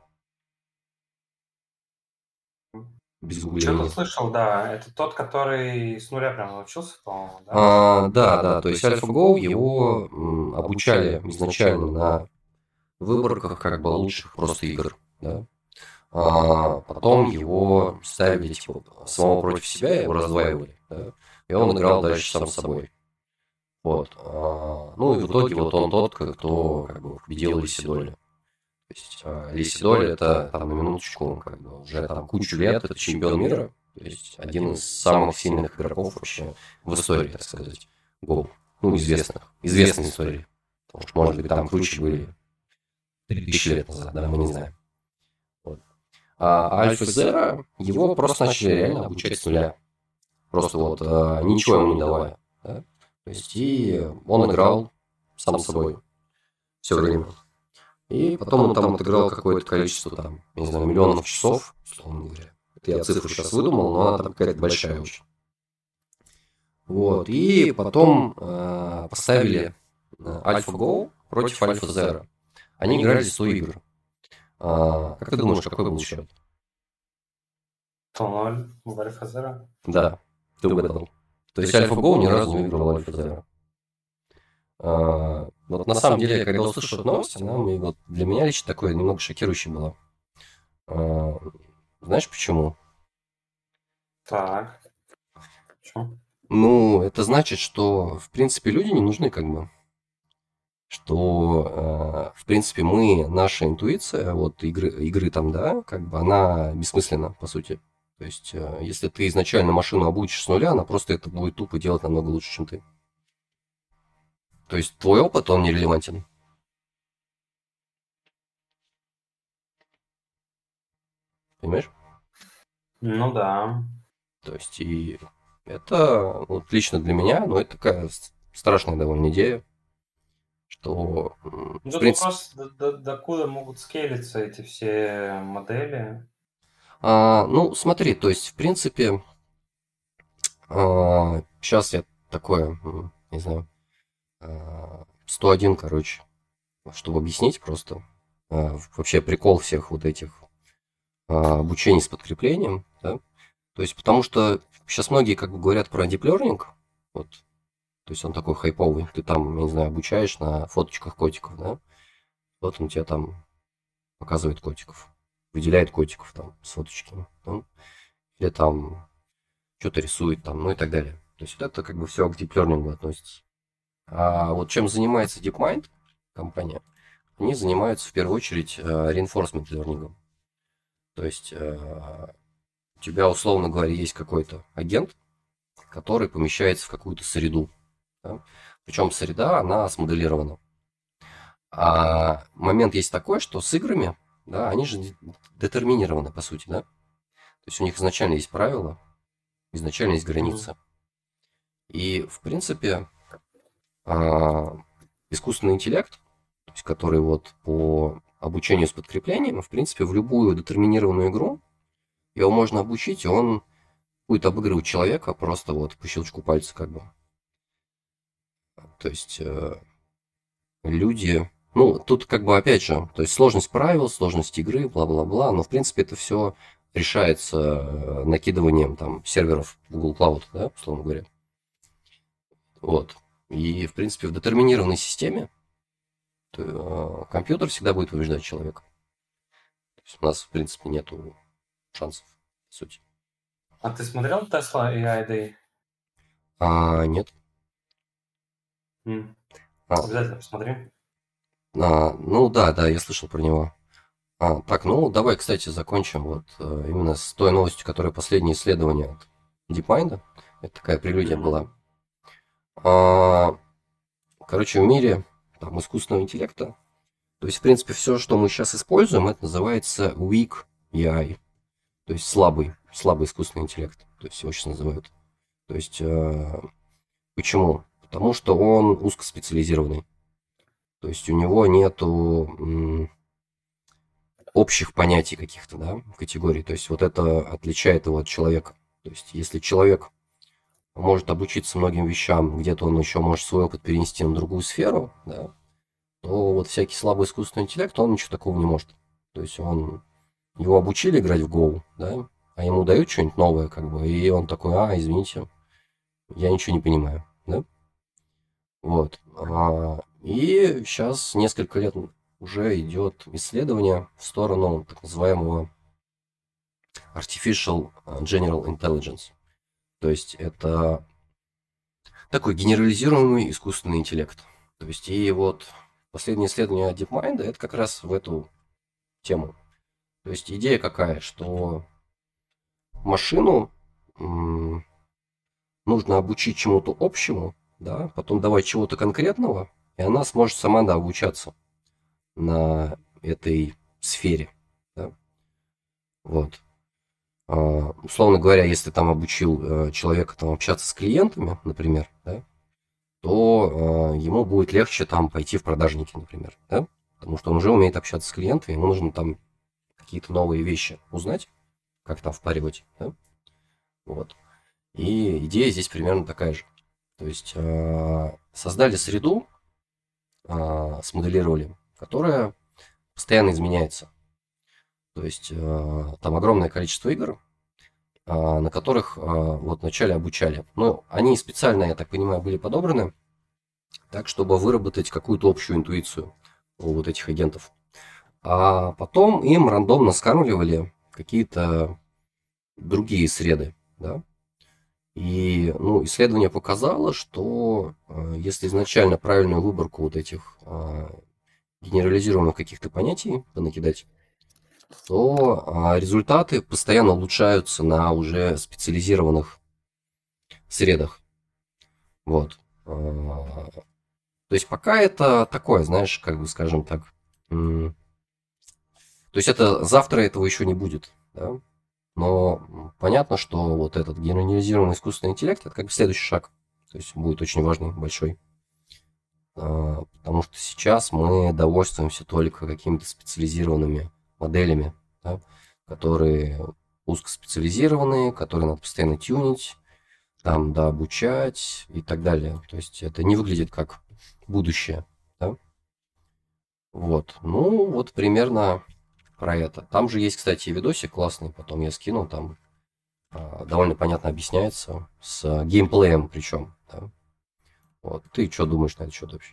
Без Что-то гугления. слышал, да. Это тот, который с нуля прям научился, по-моему, да? Да, да, то есть AlphaGo его обучали изначально на выборках как бы лучших просто игр, да. Потом его ставили типа самого против себя, его раздваивали, да, и он играл дальше сам с собой. Вот. Ну и в итоге вот он тот, кто как бы победил Лисидоля. То есть Лисидоль это там на минуточку как бы уже там кучу лет, это чемпион мира, то есть один из самых сильных игроков вообще в истории, так сказать, Go. Ну, известной истории. Потому что, может быть, там круче были 3000 лет назад, да, мы не знаем. Вот. А Альфа Зера, его просто начали реально обучать с нуля. Просто вот ничего ему не давая. Да? То есть и он играл сам с собой все время. И потом он там отыграл какое-то количество, там, я не знаю, миллионов часов, условно говоря. Это я цифру сейчас выдумал, но она там какая-то большая очень. Вот. И потом поставили AlphaGo против AlphaZero. Они играли за 100 игр. Как ты думаешь, какой был счет? 100-0 в Альфа-Зеро. Да, ты угадал. То есть AlphaGo ни разу не выиграл AlphaZero. Вот на самом деле, когда услышал эту новость, она вот для меня лично такое немного шокирующей была. Знаешь почему? Так. Почему? Ну, это значит, что, в принципе, люди не нужны, как бы. Что, в принципе, наша интуиция, вот игры там, да, как бы она бессмысленна, по сути. То есть, если ты изначально машину обучишь с нуля, она просто это будет тупо делать намного лучше, чем ты. То есть, твой опыт, он нерелевантен. Понимаешь? Ну да. То есть, и это вот лично для меня, ну, это такая страшная довольно идея, что, в Тут принципе... вопрос, докуда могут скейлиться эти все модели. Ну, смотри, то есть, в принципе, сейчас я такое, не знаю, 101, короче, чтобы объяснить просто. Вообще прикол всех вот этих обучений с подкреплением, да? То есть, потому что сейчас многие как бы говорят про deep learning, вот, то есть он такой хайповый, ты там, я не знаю, обучаешь на фоточках котиков, да? Вот он тебе там показывает котиков, выделяет котиков там с фоточками, да? Или там что-то рисует там, ну и так далее. То есть вот это как бы все к deep learning относится. А вот чем занимается DeepMind, компания, они занимаются в первую очередь reinforcement learning. То есть у тебя, условно говоря, есть какой-то агент, который помещается в какую-то среду. Да? Причем среда, она смоделирована. А момент есть такой, что с играми, да, они же детерминированы, по сути, да? То есть у них изначально есть правила, изначально есть границы. И, в принципе, искусственный интеллект, то есть который вот по обучению с подкреплением, в принципе, в любую детерминированную игру его можно обучить, и он будет обыгрывать человека просто вот по щелчку пальца как бы. То есть люди... Ну, тут как бы опять же, то есть сложность правил, сложность игры, бла-бла-бла, но в принципе это все решается накидыванием там серверов Google Cloud, да, условно говоря. Вот. И, в принципе, в детерминированной системе компьютер всегда будет побеждать человека. То есть у нас, в принципе, нету шансов, по сути. А ты смотрел Tesla AI Day? Нет. А, Обязательно посмотри. ну да, я слышал про него. Так, ну давай, кстати, закончим вот именно с той новостью, которая последнее исследование от DeepMind. Это такая прелюдия была. Короче, в мире там, искусственного интеллекта, то есть, в принципе, все, что мы сейчас используем, это называется weak AI, то есть слабый искусственный интеллект, то есть его сейчас называют. То есть, почему? Потому что он узкоспециализированный. То есть у него нету общих понятий каких-то, да, категорий. То есть вот это отличает его от человека. То есть если человек может обучиться многим вещам, где-то он еще может свой опыт перенести на другую сферу, да, то вот всякий слабый искусственный интеллект, он ничего такого не может. То есть его обучили играть в Go, да, а ему дают что-нибудь новое, как бы, и он такой, извините, я ничего не понимаю, да. Вот. И сейчас несколько лет уже идет исследование в сторону так называемого Artificial General Intelligence. То есть это такой генерализируемый искусственный интеллект. То есть и вот последнее исследование DeepMind это как раз в эту тему. То есть идея какая, что машину нужно обучить чему-то общему, да, потом давать чего-то конкретного, и она сможет сама, да, обучаться на этой сфере. Да? Вот. Условно говоря, если там обучил человека там, общаться с клиентами, например, да, то ему будет легче там пойти в продажники, например, да? Потому что он уже умеет общаться с клиентами, ему нужно там какие-то новые вещи узнать, как там впаривать, да? Вот. И идея здесь примерно такая же. То есть создали среду, смоделировали, которая постоянно изменяется. То есть там огромное количество игр, на которых вот вначале обучали. Ну, они специально, я так понимаю, были подобраны так, чтобы выработать какую-то общую интуицию у вот этих агентов. А потом им рандомно скармливали какие-то другие среды, да. И, ну, исследование показало, что если изначально правильную выборку вот этих генерализированных каких-то понятий понакидать, то результаты постоянно улучшаются на уже специализированных средах. Вот. То есть пока это такое, знаешь, как бы скажем так. То есть это завтра этого еще не будет, да? Но понятно, что вот этот генерализированный искусственный интеллект это как бы следующий шаг. То есть будет очень важный, большой. Потому что сейчас мы довольствуемся только какими-то специализированными моделями, да, которые узкоспециализированные, которые надо постоянно тюнить, там, да, обучать и так далее. То есть это не выглядит как будущее. Да? Вот. Ну, вот примерно про это. Там же есть, кстати, видосик классный, потом я скину, там довольно понятно объясняется, с геймплеем причем. Да? Вот. Ты что думаешь на этот счет вообще?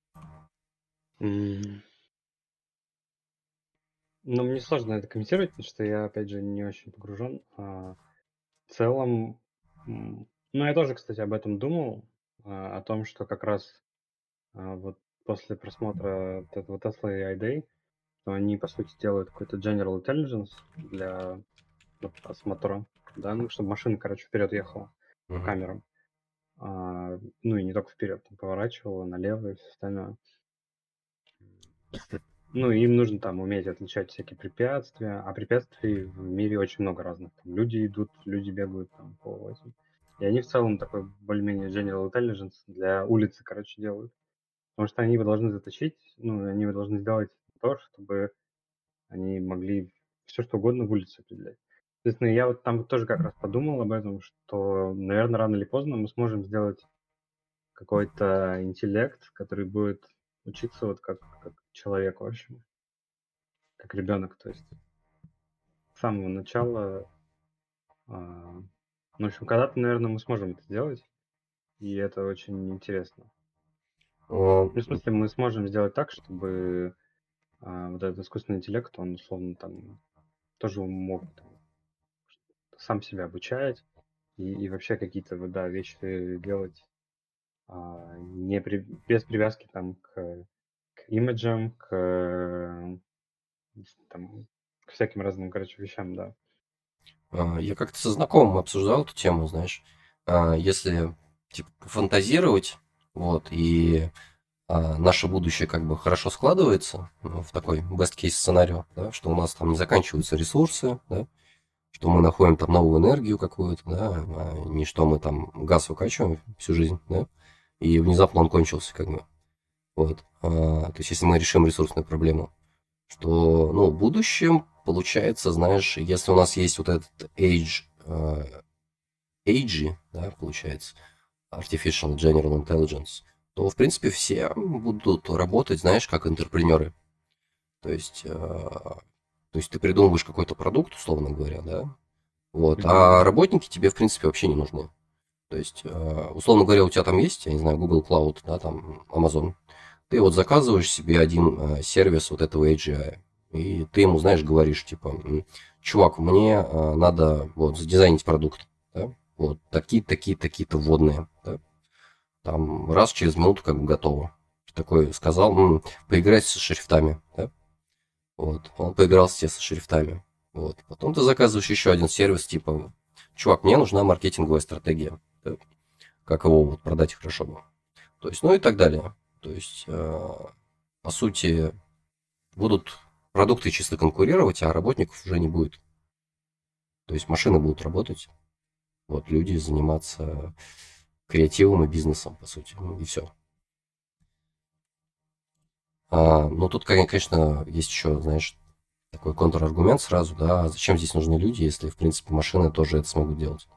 Ну, мне сложно это комментировать, потому что я, опять же, не очень погружен. В целом, ну, я тоже, кстати, об этом думал, о том, что как раз вот после просмотра вот этого Tesla AI Day, что они, по сути, делают какой-то General Intelligence для осмотра, да, ну, чтобы машина, короче, вперед ехала по камерам. Ну, и не только вперед, там, поворачивала налево и все остальное. Ну, им нужно там уметь отличать всякие препятствия, а препятствий в мире очень много разных. Там люди идут, люди бегают там по этим. И они в целом такой более-менее general intelligence для улицы, короче, делают. Потому что они его должны заточить, ну, они его должны сделать то, чтобы они могли все что угодно в улице определять. Соответственно, я вот там тоже как раз подумал об этом, что, наверное, рано или поздно мы сможем сделать какой-то интеллект, который будет учиться вот как человек, в общем, как ребенок, то есть с самого начала. Ну, в общем, когда-то, наверное, мы сможем это сделать, и это очень интересно. Ну, в смысле, мы сможем сделать так, чтобы вот этот искусственный интеллект, он, условно, там, тоже мог там, сам себя обучать и вообще какие-то, вот, да, вещи делать без привязки там к имиджам, там, к всяким разным, короче, вещам, да. Я как-то со знакомым обсуждал эту тему, знаешь. Если типа фантазировать, вот, и наше будущее как бы хорошо складывается в такой best case сценарий, да, что у нас там не заканчиваются ресурсы, да, что мы находим там новую энергию какую-то, да, не что мы там газ выкачиваем всю жизнь, да, и внезапно он кончился, как бы. Вот. То есть, если мы решим ресурсную проблему, что, ну, в будущем, получается, знаешь, если у нас есть вот этот AGI, да, получается, Artificial General Intelligence, то, в принципе, все будут работать, знаешь, как интерпренеры. То есть ты придумываешь какой-то продукт, условно говоря, да, вот, а работники тебе, в принципе, вообще не нужны. То есть, условно говоря, у тебя там есть, я не знаю, Google Cloud, да, там Amazon. Ты вот заказываешь себе один сервис вот этого AGI, и ты ему, знаешь, говоришь, типа, чувак, мне надо вот задизайнить продукт, да, вот такие-то вводные, да, там раз через минуту как бы готово. Такой сказал, поиграть со шрифтами, да, вот, он поигрался тебе со шрифтами, вот, потом ты заказываешь еще один сервис, типа, чувак, мне нужна маркетинговая стратегия, да? Как его вот продать хорошо было. То есть, ну и так далее. То есть, по сути, будут продукты чисто конкурировать, а работников уже не будет. То есть машины будут работать, вот люди заниматься креативом и бизнесом, по сути, и все. Но тут, конечно, есть еще, знаешь, такой контраргумент сразу, да, зачем здесь нужны люди, если, в принципе, машины тоже это смогут делать.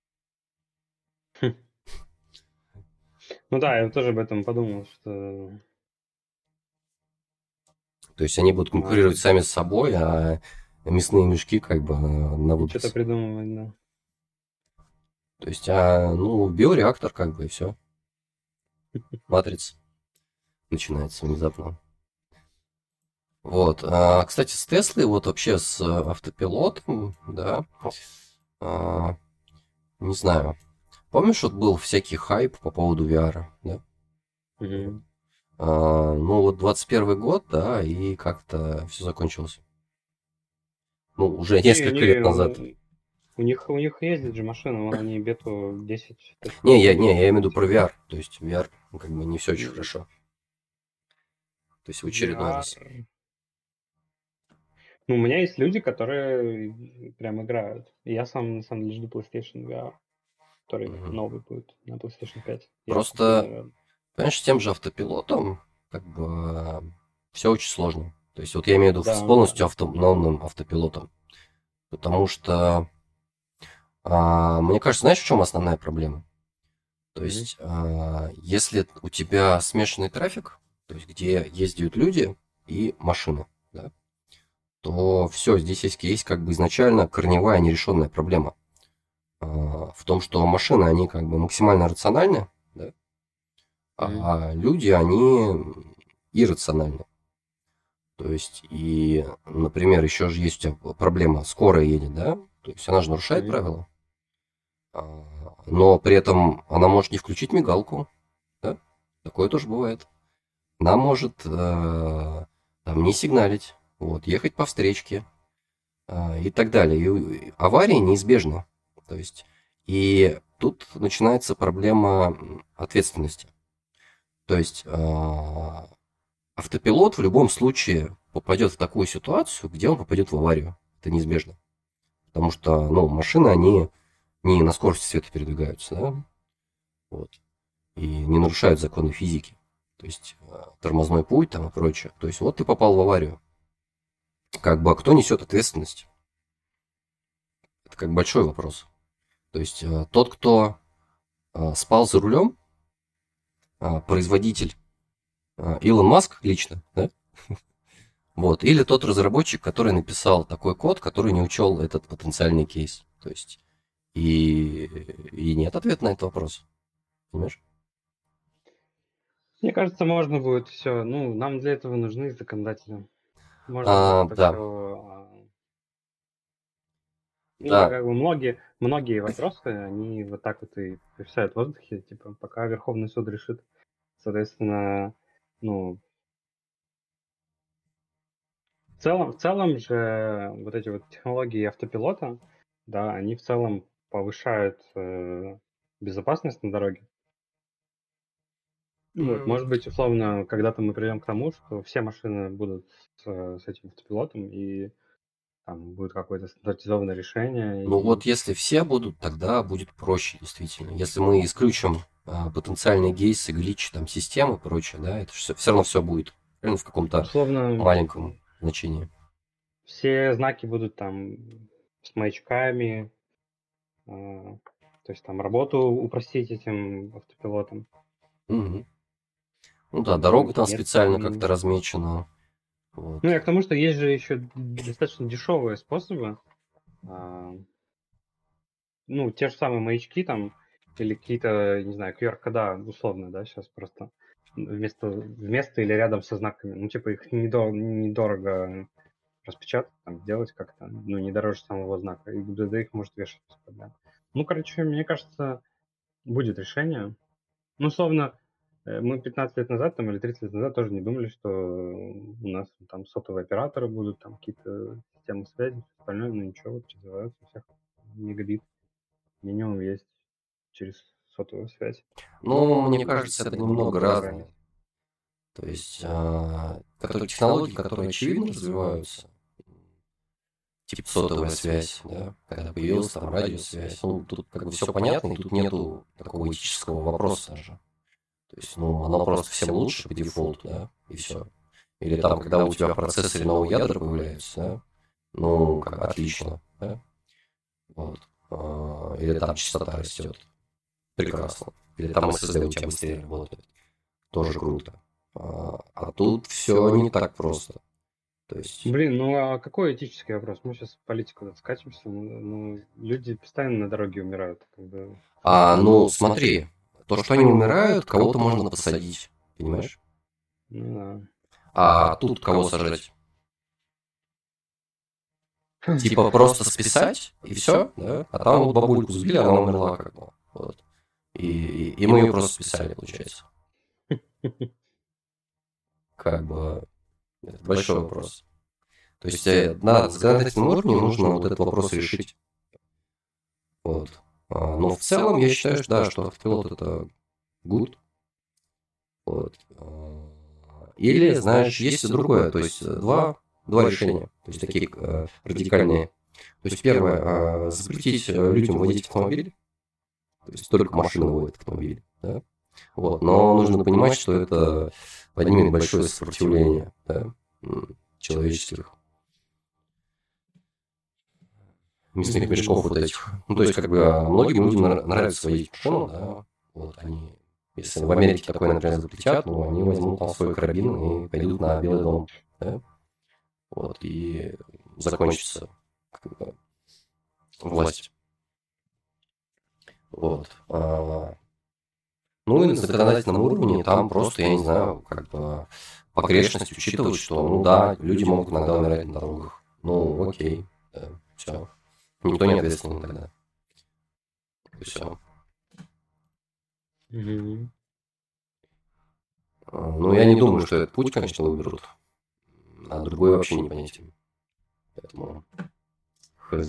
Ну да, я тоже об этом подумал, что... То есть они будут конкурировать сами с собой, а мясные мешки как бы на Что-то выброс. придумывать, да. То есть, биореактор как бы и все. Матрица начинается внезапно. Вот. Кстати, с Теслой, вот вообще с автопилотом, да, а, не знаю. Помнишь, вот был всякий хайп по поводу VR, да? Мгм. Ну, вот 21 год, да, и как-то все закончилось. Ну, уже Не, несколько лет назад. у них ездит же машина, вон они бету 10.0 Не, я запустили. имею в виду про VR. То есть VR, как бы не все очень М, хорошо. То есть в очередной раз. VR. Ну, у меня есть люди, которые прям играют. И я сам, на самом деле, жду PlayStation VR, который Мгм. новый будет на PlayStation 5. Я очень Просто, сильно рад. понимаешь, с тем же автопилотом, как бы, все очень сложно. То есть, вот я имею в виду с Да, да. полностью автономным автопилотом. Потому что, мне кажется, знаешь, в чем основная проблема? То Мгм. есть, если у тебя смешанный трафик, то есть, где ездят люди и машины, да, то все, здесь есть как бы изначально корневая нерешенная проблема. В том, что машины, они как бы максимально рациональны, да, Мгм. а люди, они иррациональны. То есть, и, например, еще же есть у тебя проблема, скорая едет, да, то есть она же нарушает Мгм. правила, но при этом она может не включить мигалку, да, такое тоже бывает. Она может там не сигналить, вот, ехать по встречке и так далее. И аварии неизбежны. То есть, и тут начинается проблема ответственности. То есть, автопилот в любом случае попадет в такую ситуацию, где он попадет в аварию. Это неизбежно. Потому что, ну, машины, они не на скорости света передвигаются, да? Вот. И не нарушают законы физики. То есть, тормозной путь там и прочее. То есть, вот ты попал в аварию. Как бы, а кто несет ответственность? Это как большой вопрос. То есть, тот, кто спал за рулем, производитель Илон Маск лично, да? Вот. Или тот разработчик, который написал такой код, который не учел этот потенциальный кейс. То есть, и нет ответа на этот вопрос. Понимаешь? Мне кажется, можно будет все. Ну, нам для этого нужны законодатели. Можно будет это Да, все. Ну, да. как бы многие вопросы, они вот так вот и повисают в воздухе, типа, пока Верховный суд решит. Соответственно, ну, в целом же вот эти вот технологии автопилота, да, они в целом повышают безопасность на дороге. Вот, М, может быть, условно, когда-то мы придем к тому, что все машины будут с этим автопилотом, и там будет какое-то стандартизованное решение, Ну и вот если все будут, тогда будет проще, действительно. Если мы исключим потенциальные гейсы, гличи, там, системы и прочее, да, это все равно все будет. В каком-то условно маленьком значении. все знаки будут там с маячками, то есть там работу упростить этим автопилотом. Мгм. Ну да, дорога там Нет, специально как-то размечена. Вот. ну, я к тому, что есть же еще достаточно дешевые способы. а, Ну, те же самые маячки там или какие-то, не знаю, QR-кода условно, да, сейчас просто вместо или рядом со знаками. Ну, типа их недорого распечатать, там, сделать как-то, ну, не дороже самого знака. И ГИБДД их может вешать без проблем. Ну, короче, мне кажется, будет решение. Ну, условно, мы 15 лет назад там, или 30 лет назад тоже не думали, что у нас там сотовые операторы будут, там какие-то системы связи, все остальное, но ничего, вот развиваются у всех мегабит минимум есть через сотовую связь. Ну, мне кажется, это немного Дорогая. разное. То есть, которые технологии, которые очевидно развиваются, типа сотовая связь, да, когда появилась там радиосвязь, ну, тут как бы все понятно, и тут нету такого этического вопроса даже. То есть, ну, оно просто всем лучше по дефолту, да, и все. Или там, когда у тебя в процессоре новые ядра появляются, да, ну, как отлично, да, вот. Или там частота растет, прекрасно. Или там SSD у тебя быстрее работает, тоже круто. А тут все не так просто. То есть, Блин, ну а какой этический вопрос? Мы сейчас в политику скатимся, ну, люди постоянно на дороге умирают. Как бы. ну, смотри, то, что они умирают, кого-то можно посадить, понимаешь? Ну А тут кого сажать? да. Типа просто списать, и все, да? А там вот бабульку сбили, она умерла как бы. Вот. И мы ее просто списали, получается. Как бы это большой вопрос. То есть на законодательном уровне нужно вот этот вопрос решить. Вот. Но в целом я считаю, что да, что автопилот это good. Вот. Или, знаешь, есть и другое. То есть два решения. То есть такие радикальные. То есть первое, запретить людям водить автомобиль. То есть только машины водят автомобиль. Да? Вот. Но нужно понимать, что это поднимет большое сопротивление, да, человеческих мясных мешков вот этих. Ну, то есть, как бы, многим людям нравится водить машину, да, вот, они, если в Америке такое, например, запретят, ну, они возьмут там свой карабин и пойдут на Белый дом, да, вот, и закончится, как бы, власть. Вот. Ну, и на законодательном уровне там просто, я не знаю, как бы, погрешность учитывать, что, ну, да, люди могут иногда умирать на дорогах. Ну, окей, да, все. Никто не ответственен тогда. И все. Мгм. Ну, я не думаю, что этот путь, конечно, выберут. А другой вообще непонятен. Поэтому хз.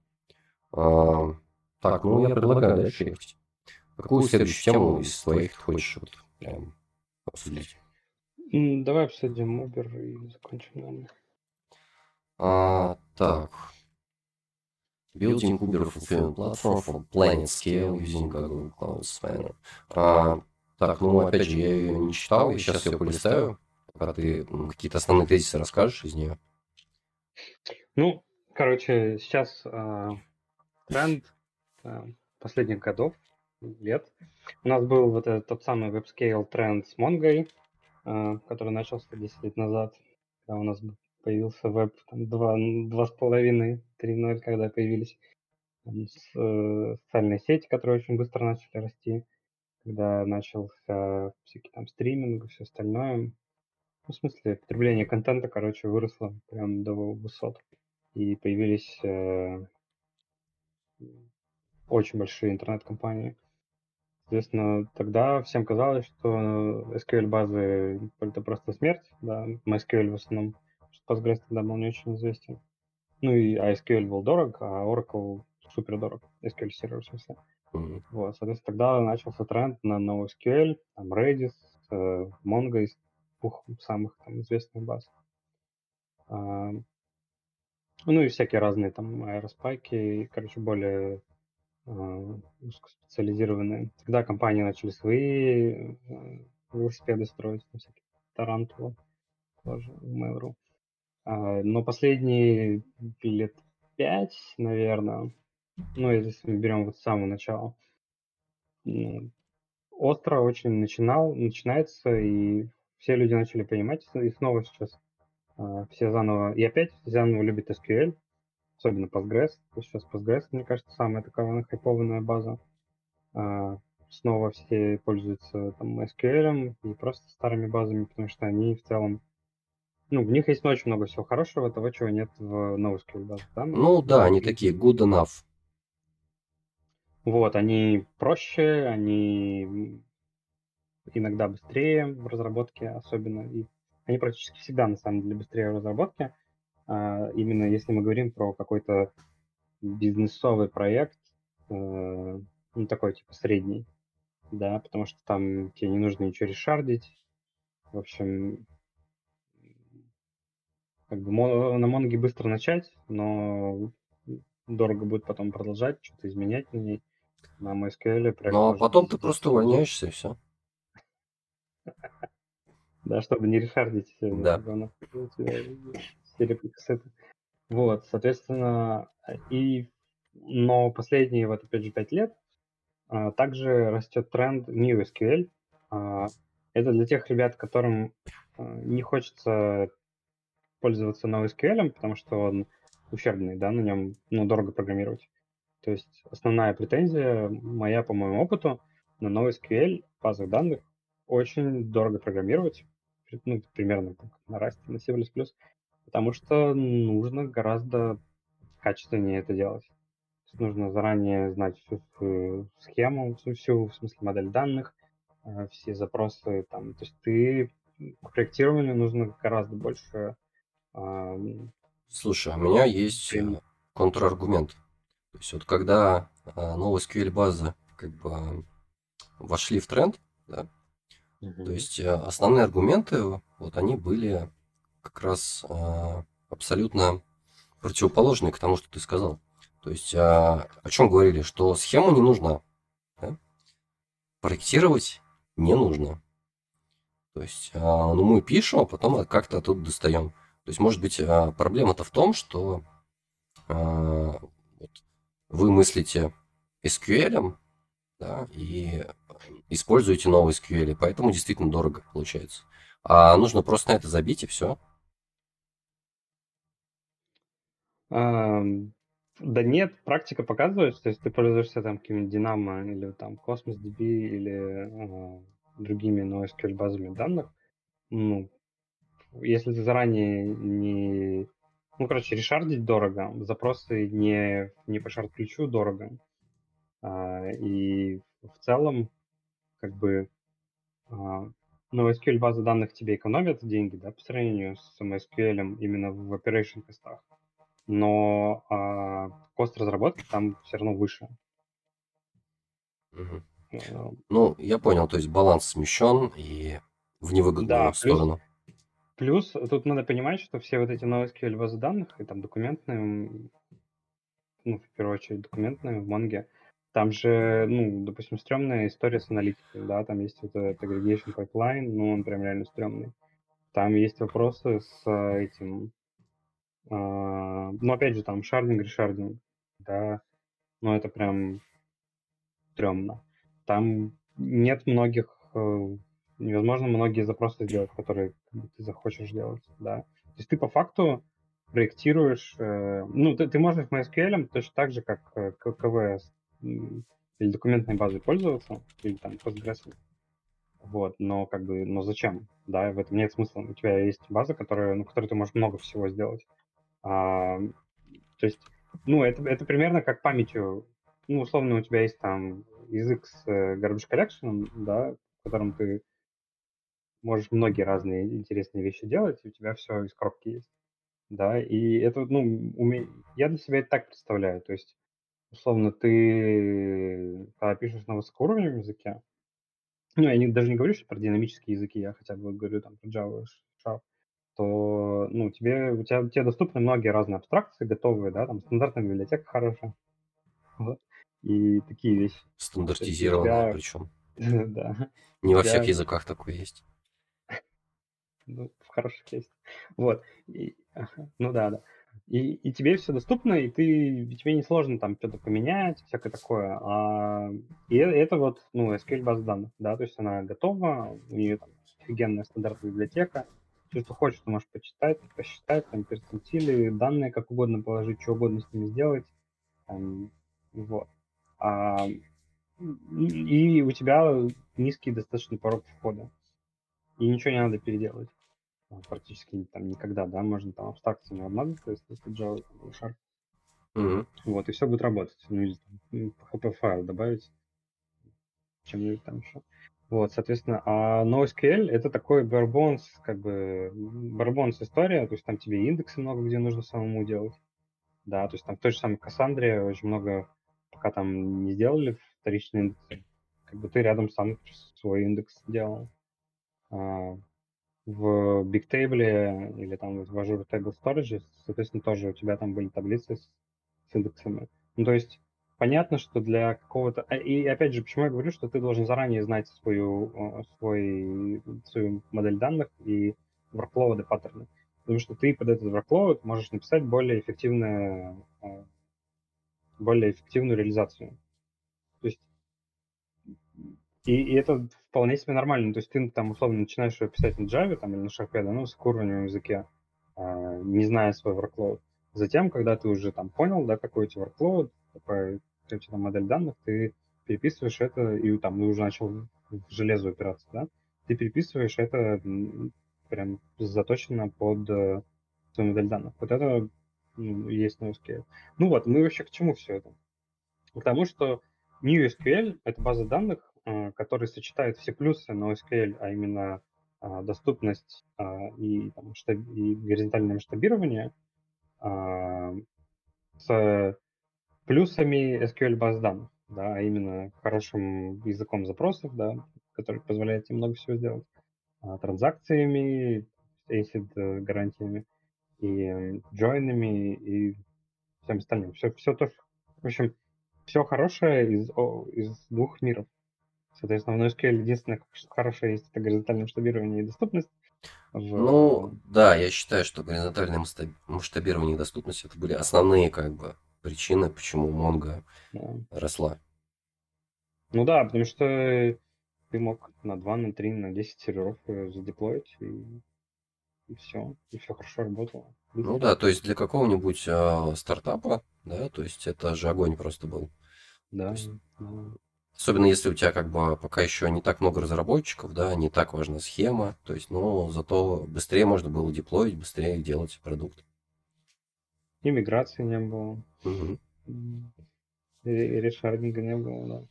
Так, ну я предлагаю дальше ехать. Какую следующую тему из твоих ты хочешь вот прям обсудить? Давай обсудим Uber и закончим, наверное. Так. Building Uber Fulfillment Platform for Planet Scale using Google Cloud Spanner. Так, ну опять же, я ее не читал, я сейчас ее полистаю, пока ты какие-то основные тезисы расскажешь из нее. Ну, короче, сейчас тренд последних годов, лет. У нас был вот этот тот самый WebScale тренд с Mongo, который начался 10 лет назад, когда у нас появился веб там, 2,5, 3.0, когда появились там, социальные сети, которые очень быстро начали расти, когда начался всякий там стриминг и все остальное. Ну, в смысле, потребление контента, короче, выросло прям до высот. И появились очень большие интернет-компании. Соответственно, тогда всем казалось, что SQL-базы — это просто смерть, да, MySQL в основном, что Postgres тогда был не очень известен. Ну и SQL был дорог, а Oracle супер дорог, SQL сервер в смысле. Вот, соответственно, тогда начался тренд на NoSQL, там Redis, Mongo из двух самых там известных баз. Ну и всякие разные там аэроспайки, короче, более узкоспециализированные. Тогда компании начали свои велосипеды строить, там всякие Тарантула тоже, Mail.ru. Но последние лет 5, наверное, ну, если мы берем вот с самого начала, остро очень начинается, и все люди начали понимать, и снова сейчас все заново, и опять заново любят SQL, особенно Postgres. То есть сейчас Postgres, мне кажется, самая такая хайпованная база. Снова все пользуются там SQL и просто старыми базами, потому что они в целом, ну, в них есть очень много всего хорошего, того, чего нет в NoSQL базах данных. Ну да, они такие good enough. Вот, они проще, они иногда быстрее в разработке особенно, и они практически всегда, на самом деле, быстрее в разработке. Именно если мы говорим про какой-то бизнесовый проект, ну, такой типа средний, да, потому что там тебе не нужно ничего решардить. В общем, как бы на Монге быстро начать, но дорого будет потом продолжать, что-то изменять на ней. На MySQL проект Ну а может потом быть ты 10 просто лет. увольняешься и все. Да, чтобы не решардить Да. говно у тебя серии кассеты. Вот, соответственно, но последние, вот опять же, 5 лет также растет тренд New SQL. Это для тех ребят, которым не хочется пользоваться NoSQL, потому что он ущербный, да, на нем, ну, дорого программировать. То есть основная претензия моя, по моему опыту, на NoSQL базах данных очень дорого программировать, ну, примерно как на Rust, на C++, потому что нужно гораздо качественнее это делать. То есть нужно заранее знать всю схему, всю, в смысле, модель данных, все запросы там. То есть к проектированию нужно гораздо больше Слушай, у меня есть времени. контраргумент. То есть вот когда NoSQL базы как бы вошли в тренд, да, то есть основные аргументы, вот они были как раз абсолютно противоположные к тому, что ты сказал. То есть о чем говорили, что схема не нужна, да? Проектировать не нужно. То есть, ну, мы пишем, а потом как-то оттуда достаем. То есть, может быть, проблема-то в том, что вот, вы мыслите SQL, да, и используете новый SQL, и поэтому действительно дорого получается. А нужно просто на это забить, и все. Да нет, практика показывает, что если ты пользуешься там каким-нибудь Dynamo или там Cosmos DB или другими NoSQL базами данных, ну, если ты заранее не... Ну, короче, решардить дорого, запросы не по шард-ключу дорого. И в целом, как бы, NoSQL базы данных тебе экономят деньги, да, по сравнению с MySQL именно в operation костах. Но кост разработки там все равно выше. Мгм. Э, Ну, я понял, то есть баланс смещен и в невыгодную Да, сторону. плюс тут надо понимать, что все вот эти NoSQL базы данных и там документные, ну, в первую очередь документные в Mongo, там же, ну, допустим, стрёмная история с аналитикой, да, там есть вот этот aggregation pipeline, ну, он прям реально стрёмный. Там есть вопросы с этим, ну, опять же, там шардинг, решардинг, да, но это прям стрёмно. Там нет невозможно многие запросы сделать, которые ты захочешь делать, да. То есть ты по факту проектируешь, ну, ты можешь MySQL точно так же, как КВС или документной базой пользоваться, или там Postgres, вот, но как бы, но зачем, да, в этом нет смысла. У тебя есть база, которой ты можешь много всего сделать. А, то есть, ну, это примерно как памятью. Ну, условно, у тебя есть там язык с garbage collection, да, в котором ты можешь многие разные интересные вещи делать, и у тебя все из коробки есть, да, и это, ну, я для себя это так представляю, то есть, условно, ты, когда пишешь на высокоуровневом языке, ну, я даже не говорю сейчас про динамические языки, я хотя бы говорю там про Java, Sharp, то, ну, тебе доступны многие разные абстракции готовые, да, там стандартная библиотека хорошая, вот, и такие вещи. То есть у Стандартизированное тебя, причем. да, у Не во всех тебя, языках такое есть. ну, в хороших есть. Вот, ага, ну да, да. И тебе все доступно, и тебе не сложно там что-то поменять, всякое такое. И это вот, ну, SQL база данных, да, то есть она готова, у нее там офигенная стандартная библиотека, все, что хочешь, ты можешь почитать, посчитать, там, перцентили, данные как угодно положить, что угодно с ними сделать, там, вот. А, и у тебя низкий достаточно порог входа, и ничего не надо переделывать. Практически там никогда, да, можно там абстракциями обмазаться, если это Java там, или Sharp. Мгм. Вот, и все будет работать. Ну, или там, PHP файл добавить, чем-нибудь там еще. Вот, соответственно, а NoSQL это такой bare bones, как бы, bare bones история, то есть там тебе индексы много где нужно самому делать, да, то есть там в той же самой Кассандре очень много, пока там не сделали вторичные индексы, как бы ты рядом сам свой индекс делал. А, В Bigtable или там в Azure Table Storage, соответственно, тоже у тебя там были таблицы с индексами. Ну, то есть понятно, что для какого-то... И опять же, почему я говорю, что ты должен заранее знать свою модель данных и workload паттерны. Потому что ты под этот workload можешь написать более эффективную реализацию. То есть и это вполне себе нормально. То есть ты там условно начинаешь его писать на Java там, или на Sharp, да, ну, с уровнем языке. не зная свой workload. Затем, когда ты уже там понял, да, какой у тебя workload, какая у тебя там модель данных, ты переписываешь это, и там ты уже начал в железо упираться, да, ты переписываешь это прям заточено под свою модель данных. Вот это есть NoSQL. Ну вот, мы вообще к чему все это? К тому, что NewSQL — это база данных, которая сочетает все плюсы NoSQL, а именно доступность и, там, и горизонтальное масштабирование с плюсами SQL баз данных, да, а именно хорошим языком запросов, да, который позволяет тебе много всего сделать, транзакциями, ACID гарантиями и джойнами и всем остальным. Все то, в общем, все хорошее из двух миров. Соответственно, в NoSQL единственное, что хорошее есть, это горизонтальное масштабирование и доступность. Ну, да, я считаю, что горизонтальное масштабирование и доступность это были основные как бы причины, почему Mongo росла. Ну да, потому что ты мог на 2, на 3, на 10 серверов задеплоить, и все хорошо работало. Ну да, то есть для какого-нибудь стартапа, да, то есть это же огонь просто был. Да, То есть, да. особенно если у тебя как бы пока еще не так много разработчиков, да, не так важна схема, то есть, ну, зато быстрее можно было деплоить, быстрее делать продукт. И миграции не было. Мгм. И решардинга не было, да.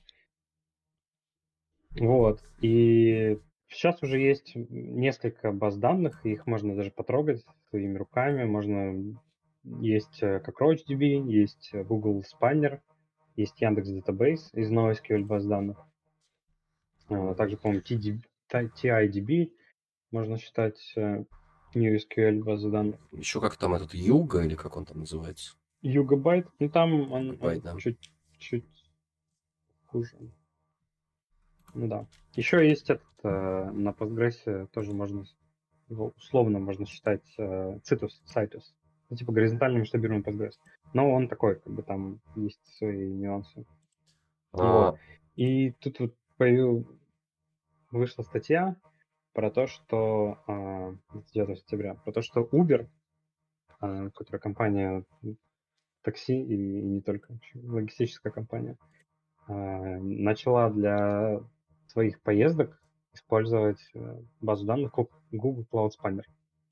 Вот. И сейчас уже есть несколько баз данных, и их можно даже потрогать своими руками. Можно есть как RouchDB, есть Google Spanner, есть Яндекс Database из NoSQL баз данных. Также, по-моему, TIDB можно считать NewSQL базы данных. Еще как там этот Юга, или как он там называется? Югабайт, ну там Югабайт, он да. чуть хуже. Ну да. Еще есть этот, на Postgres тоже можно, его условно можно считать Citus. Ну, типа горизонтально масштабируемый Postgres. Но он такой, как бы там есть свои нюансы. Вот. А, И тут вот вышла статья про то, что 9 сентября, про то, что Uber, которая компания такси и не только, логистическая компания, начала для своих поездок использовать базу данных Google Cloud Spanner.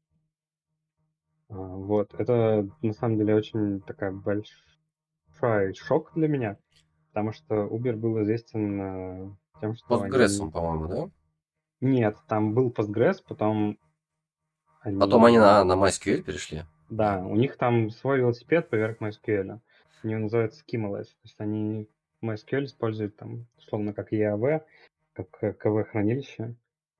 Вот. Это на самом деле очень такая большой шок для меня, потому что Uber был известен тем, что Postgres, они... по-моему, да? Нет, там был Postgres, потом Потом они они... на MySQL перешли. Да, у них там свой велосипед поверх MySQL. У него называется Schemaless. То есть они MySQL используют там, условно, как EAV, как КВ-хранилище.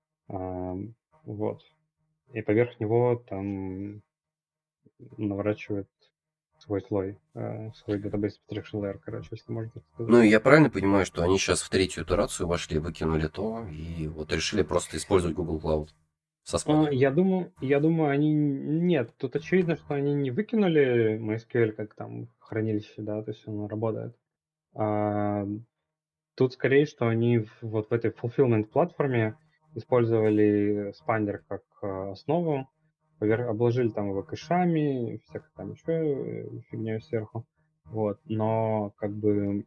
Вот. И поверх него там наворачивают свой слой, свой database abstraction layer, короче, если можно так сказать. Ну, и я правильно понимаю, что они сейчас в третью итерацию вошли, выкинули то, и вот решили просто использовать Google Cloud со спанером. Я думаю, они... Нет, тут очевидно, что они не выкинули MySQL как там хранилище, да, то есть оно работает. А, Тут скорее, что они вот в этой fulfillment платформе использовали Spanier как основу, обложили там его кэшами, всякой там еще фигней сверху. Вот. Но как бы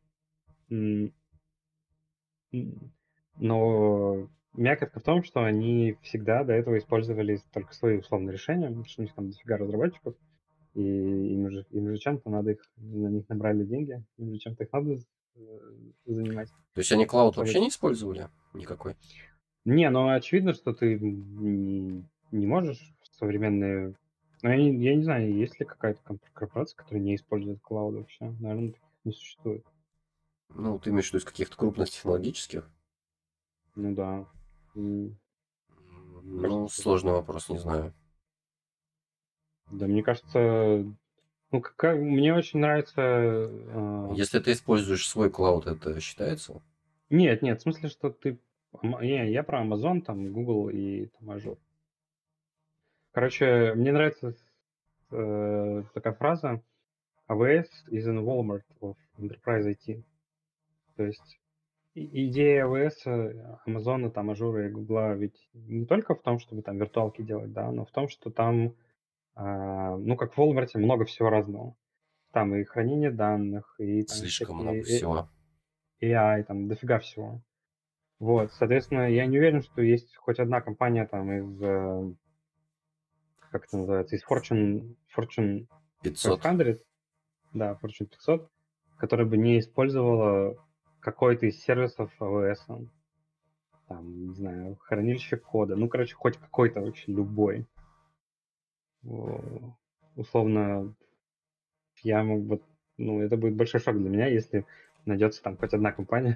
но мякотка в том, что они всегда до этого использовали только свои условные решения, потому что у них там дофига разработчиков, и им же чем-то надо их, на них набрали деньги, им же чем-то их надо занимать. То есть они Cloud Вот. вообще не использовали никакой? Не, ну очевидно, что ты не можешь в современные... Ну, я не знаю, есть ли какая-то корпорация, которая не использует клауд вообще. Наверное, таких не существует. Ну, ты имеешь в виду из каких-то крупных технологических? Ну да. Ну, Кажется, сложный вопрос, не знаю. да, мне кажется, ну, мне очень нравится... Если ты используешь свой Cloud, это считается? Нет, в смысле, что ты... Я про Amazon, там, Google и там, Azure. Короче, мне нравится такая фраза AWS is an Walmart of Enterprise IT. То есть идея AWS, Amazon, там, Azure и Google ведь не только в том, чтобы там виртуалки делать, да, но в том, что там Ну, как в Walmart много всего разного. Там и хранение данных, и там Слишком всякие много всего. AI, там дофига всего. Вот, соответственно, я не уверен, что есть хоть одна компания там из, как это называется, из Fortune 500. 500, да, Fortune 500, которая бы не использовала какой-то из сервисов AWS. Там, не знаю, хранилище кода. Ну, короче, хоть какой-то вообще любой. Условно, я мог бы... Ну, это будет большой шаг для меня, если найдется там хоть одна компания,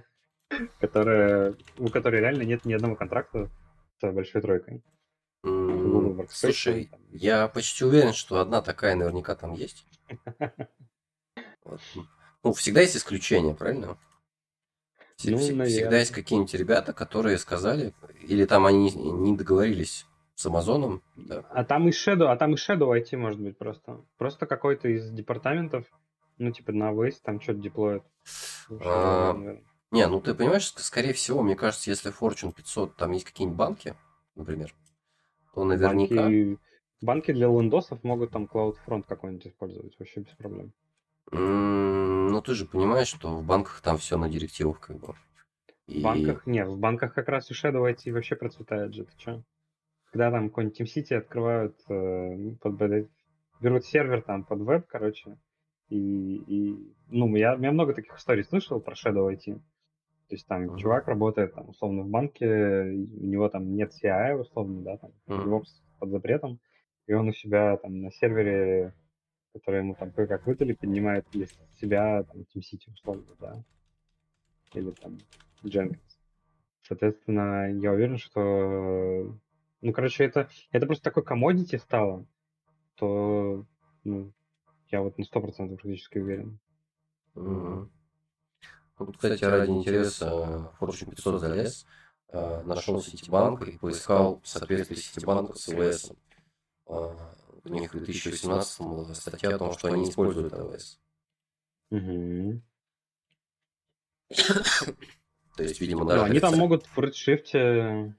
у которой реально нет ни одного контракта с большой тройкой. Google Workspace. Слушай, я почти уверен, что одна такая наверняка там есть. Вот. Ну, всегда есть исключения, правильно? Всегда есть какие-нибудь ребята, которые сказали, или там они не договорились с Амазоном. Да. А там и Shadow IT может быть просто. Просто какой-то из департаментов, ну, типа на AWS там что-то деплоит. Не, ну ты понимаешь, скорее всего, мне кажется, если Fortune 500 там есть какие-нибудь банки, например, то наверняка... Банки для лендосов могут там CloudFront какой-нибудь использовать вообще без проблем. Ну ты же понимаешь, что в банках там все на директивах как бы. В банках как раз и Shadow IT вообще процветает же, ты что? Когда там какой-нибудь TeamCity открывают, берут сервер там под веб, короче, ну, я много таких историй слышал про Shadow IT. То есть там чувак работает, там, условно, в банке, у него там нет CI, условно, да, там, DevOps под запретом, и он у себя там на сервере, который ему там кое-как выдали, поднимает для себя там TeamCity, условно, да, или там Jenkins. Соответственно, я уверен, что... Ну, короче, это просто такой commodity стало, то ну, я вот на 100% практически уверен. Вот, кстати, ради интереса Fortune 500 залез, нашел Ситибанк и поискал соответствие Ситибанка с АВС. У них в 2018 была статья о том, что они используют АВС. То есть, видимо, даже... они там могут в Redshift...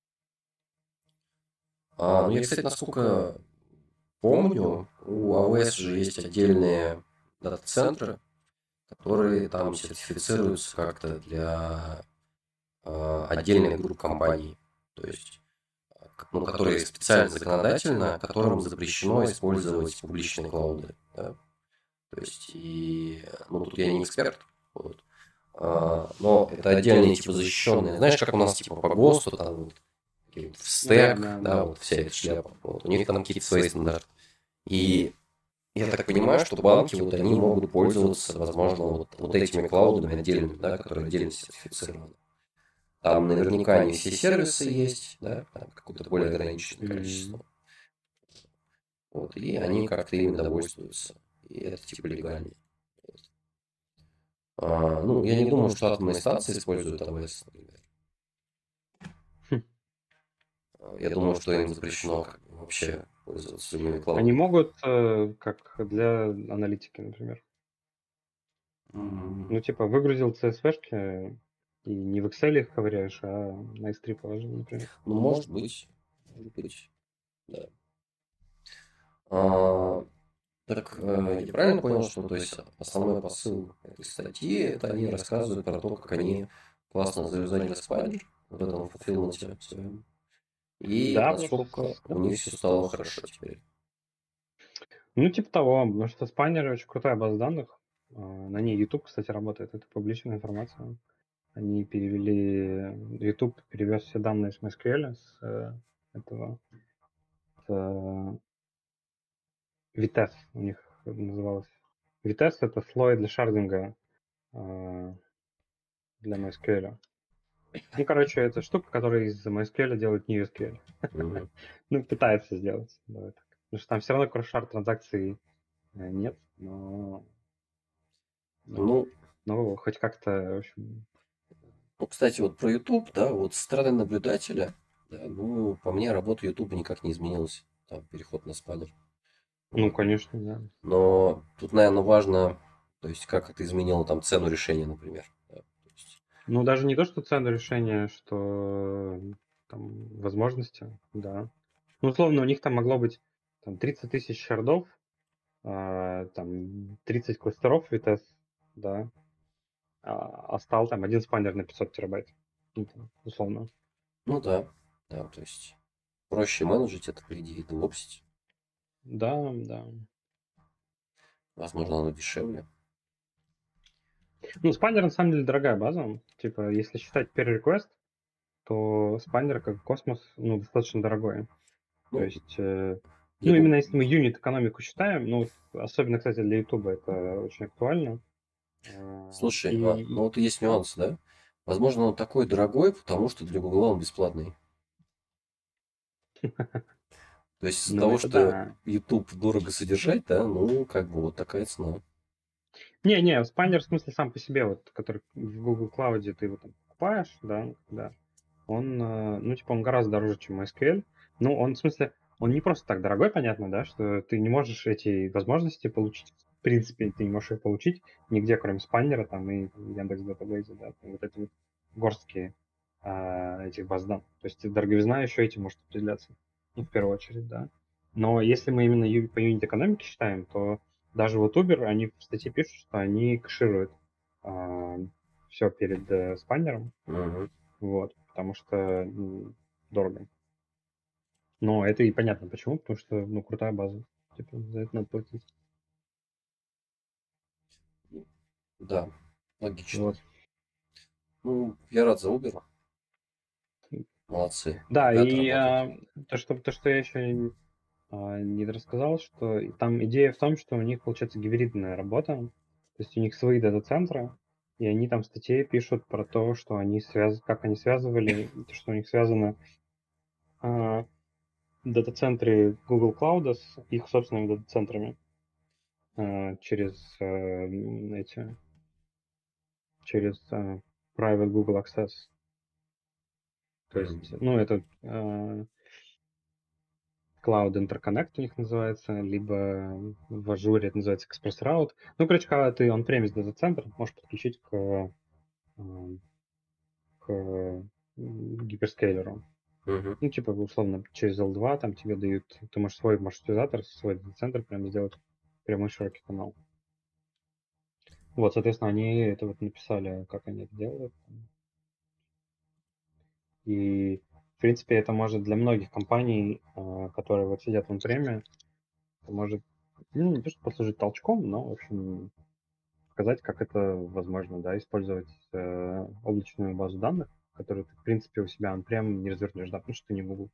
Ну, я, кстати, насколько помню, у AWS же есть отдельные дата-центры, которые там сертифицируются как-то для отдельных групп компаний. То есть, которые специально законодательно, которым запрещено использовать публичные клауды. Да? То есть, тут я не эксперт, вот. Но это отдельные, типа, защищенные. Знаешь, как у нас, типа, по ГОСТу, там, вот, в стек, да, вот вся эта шляпа. Вот. У них там какие-то свои стандарты. И я так понимаю, что банки, вот, они могут пользоваться, возможно, вот этими клаудами отдельными, да, которые отдельно сертифицированы. Там наверняка не все сервисы есть, да, там какое-то более ограниченное количество. Вот, и они как-то ими довольствуются. И это типа легально. Я не думаю, что атомные станции используют АВС, например. Я думаю, что им запрещено вообще пользоваться любыми клаудами. Они могут, как для аналитики, например. Ну, типа, выгрузил CSV-шки, и не в Excel их ковыряешь, а на S3 положил, например. Ну, может быть. Да. Так, я правильно понял, что, то есть, основной посыл этой статьи, это они рассказывают про то, как они классно завязали спайдер в этом фулфилменте своем. И да, насколько у них все стало хорошо теперь. Ну, типа того, потому что Spiner очень крутая база данных. На ней YouTube, кстати, работает. Это публичная информация. Они YouTube перевез все данные с MySQL, с этого, с Vitesse у них называлось. Vitesse — это слой для шардинга для MySQL. Ну, короче, это штука, которая из MySQL делает не SQL. Ну, пытается сделать. Давай так. Потому что там все равно кросс-шард транзакций нет, но хоть как-то, в общем... Ну, кстати, вот про YouTube, да, вот со стороны наблюдателя, да, по мне, работа YouTube никак не изменилась. Там переход на спайдер. Ну, конечно, да. Но тут, наверное, важно, то есть, как это изменило там цену решения, например. Да, ну, даже не то, что цену решения, что там возможности, да. Ну, условно, у них там могло быть там 30 тысяч шардов, там 30 кластеров VTS, да, а стал там один спайнер на 500 терабайт, ну, там, условно. Ну да, да, то есть проще менеджить это, по идее, девопсить. Да, да. Возможно, оно дешевле. Ну, спайнер на самом деле дорогая база. Типа, если считать per request, то спайнер как космос, ну, достаточно дорогой. То Ну, есть, я ну, именно думаю, если мы юнит экономику считаем, ну, особенно, кстати, для YouTube это очень актуально. слушай, ну И вот есть нюанс, да? Возможно, он такой дорогой, потому что для Гугла он бесплатный. То есть из-за ну, того, это что да. YouTube дорого содержать, да, ну, как бы вот такая цена. Не, спайнер в смысле сам по себе, вот, который в Google Cloud ты его там покупаешь, да, он, ну, типа, он гораздо дороже, чем MySQL. Ну, он, в смысле, он не просто так дорогой, понятно, да, что ты не можешь эти возможности получить, в принципе, ты не можешь их получить нигде, кроме спайнера там и Яндекс Датабейса, да, там вот эти вот горстки этих баз данных. То есть дороговизна еще этим может определяться, ну, в первую очередь, да. Но если мы именно по юнит-экономике считаем, то даже вот Uber, они в статье пишут, что они кэшируют все перед спайнером, Мгм. вот, потому что дорого. Но это и понятно почему, потому что, ну, крутая база. Типа, за это надо платить. Да, логично. Вот. Ну, я рад за Uber. Молодцы. Да, Ребята и работают. то, что я еще не рассказал, что там идея в том, что у них получается гибридная работа. То есть у них свои дата-центры, и они там в статье пишут про то, что они как они связывали, что у них связано а, дата-центры Google Cloud с их собственными дата-центрами через через Private Google Access. То есть, Мгм. ну, это Cloud Interconnect у них называется, либо в Azure это называется Express Route. Ну, короче, когда ты on-premise дата-центр, можешь подключить к гиперскейлеру. Мгм. Ну, типа, условно, через L2 там тебе дают, ты можешь свой маршрутизатор, свой дата-центр прям сделать прямой широкий канал. Вот, соответственно, они это вот написали, как они это делают. И, в принципе, это может для многих компаний, которые вот сидят в он-преме, это может, ну, не то, что послужить толчком, но, в общем, показать, как это возможно, да, использовать облачную базу данных, которую ты, в принципе, у себя он-прем не развернешь, да, потому что ты не Google,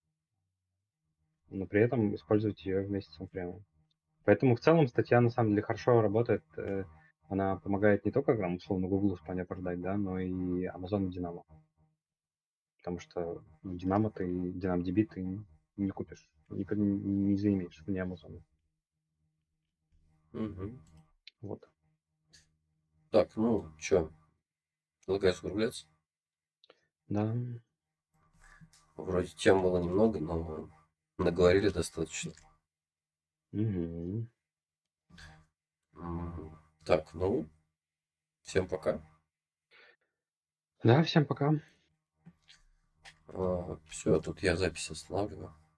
но при этом использовать ее вместе с он-премом. Поэтому в целом статья на самом деле хорошо работает. Она помогает не только, там, условно, Google в плане продать, да, но и Amazon и Dynamo. Потому что Dynamo DynamoDB ты не купишь, не заимеешь вне Amazon. Мгм. Вот. Так, ну, что, предлагаю закругляться? Да. Вроде тем было немного, но наговорили достаточно. Мгм. Так, ну, всем пока. Да, всем пока. Все, тут я запись останавливаю.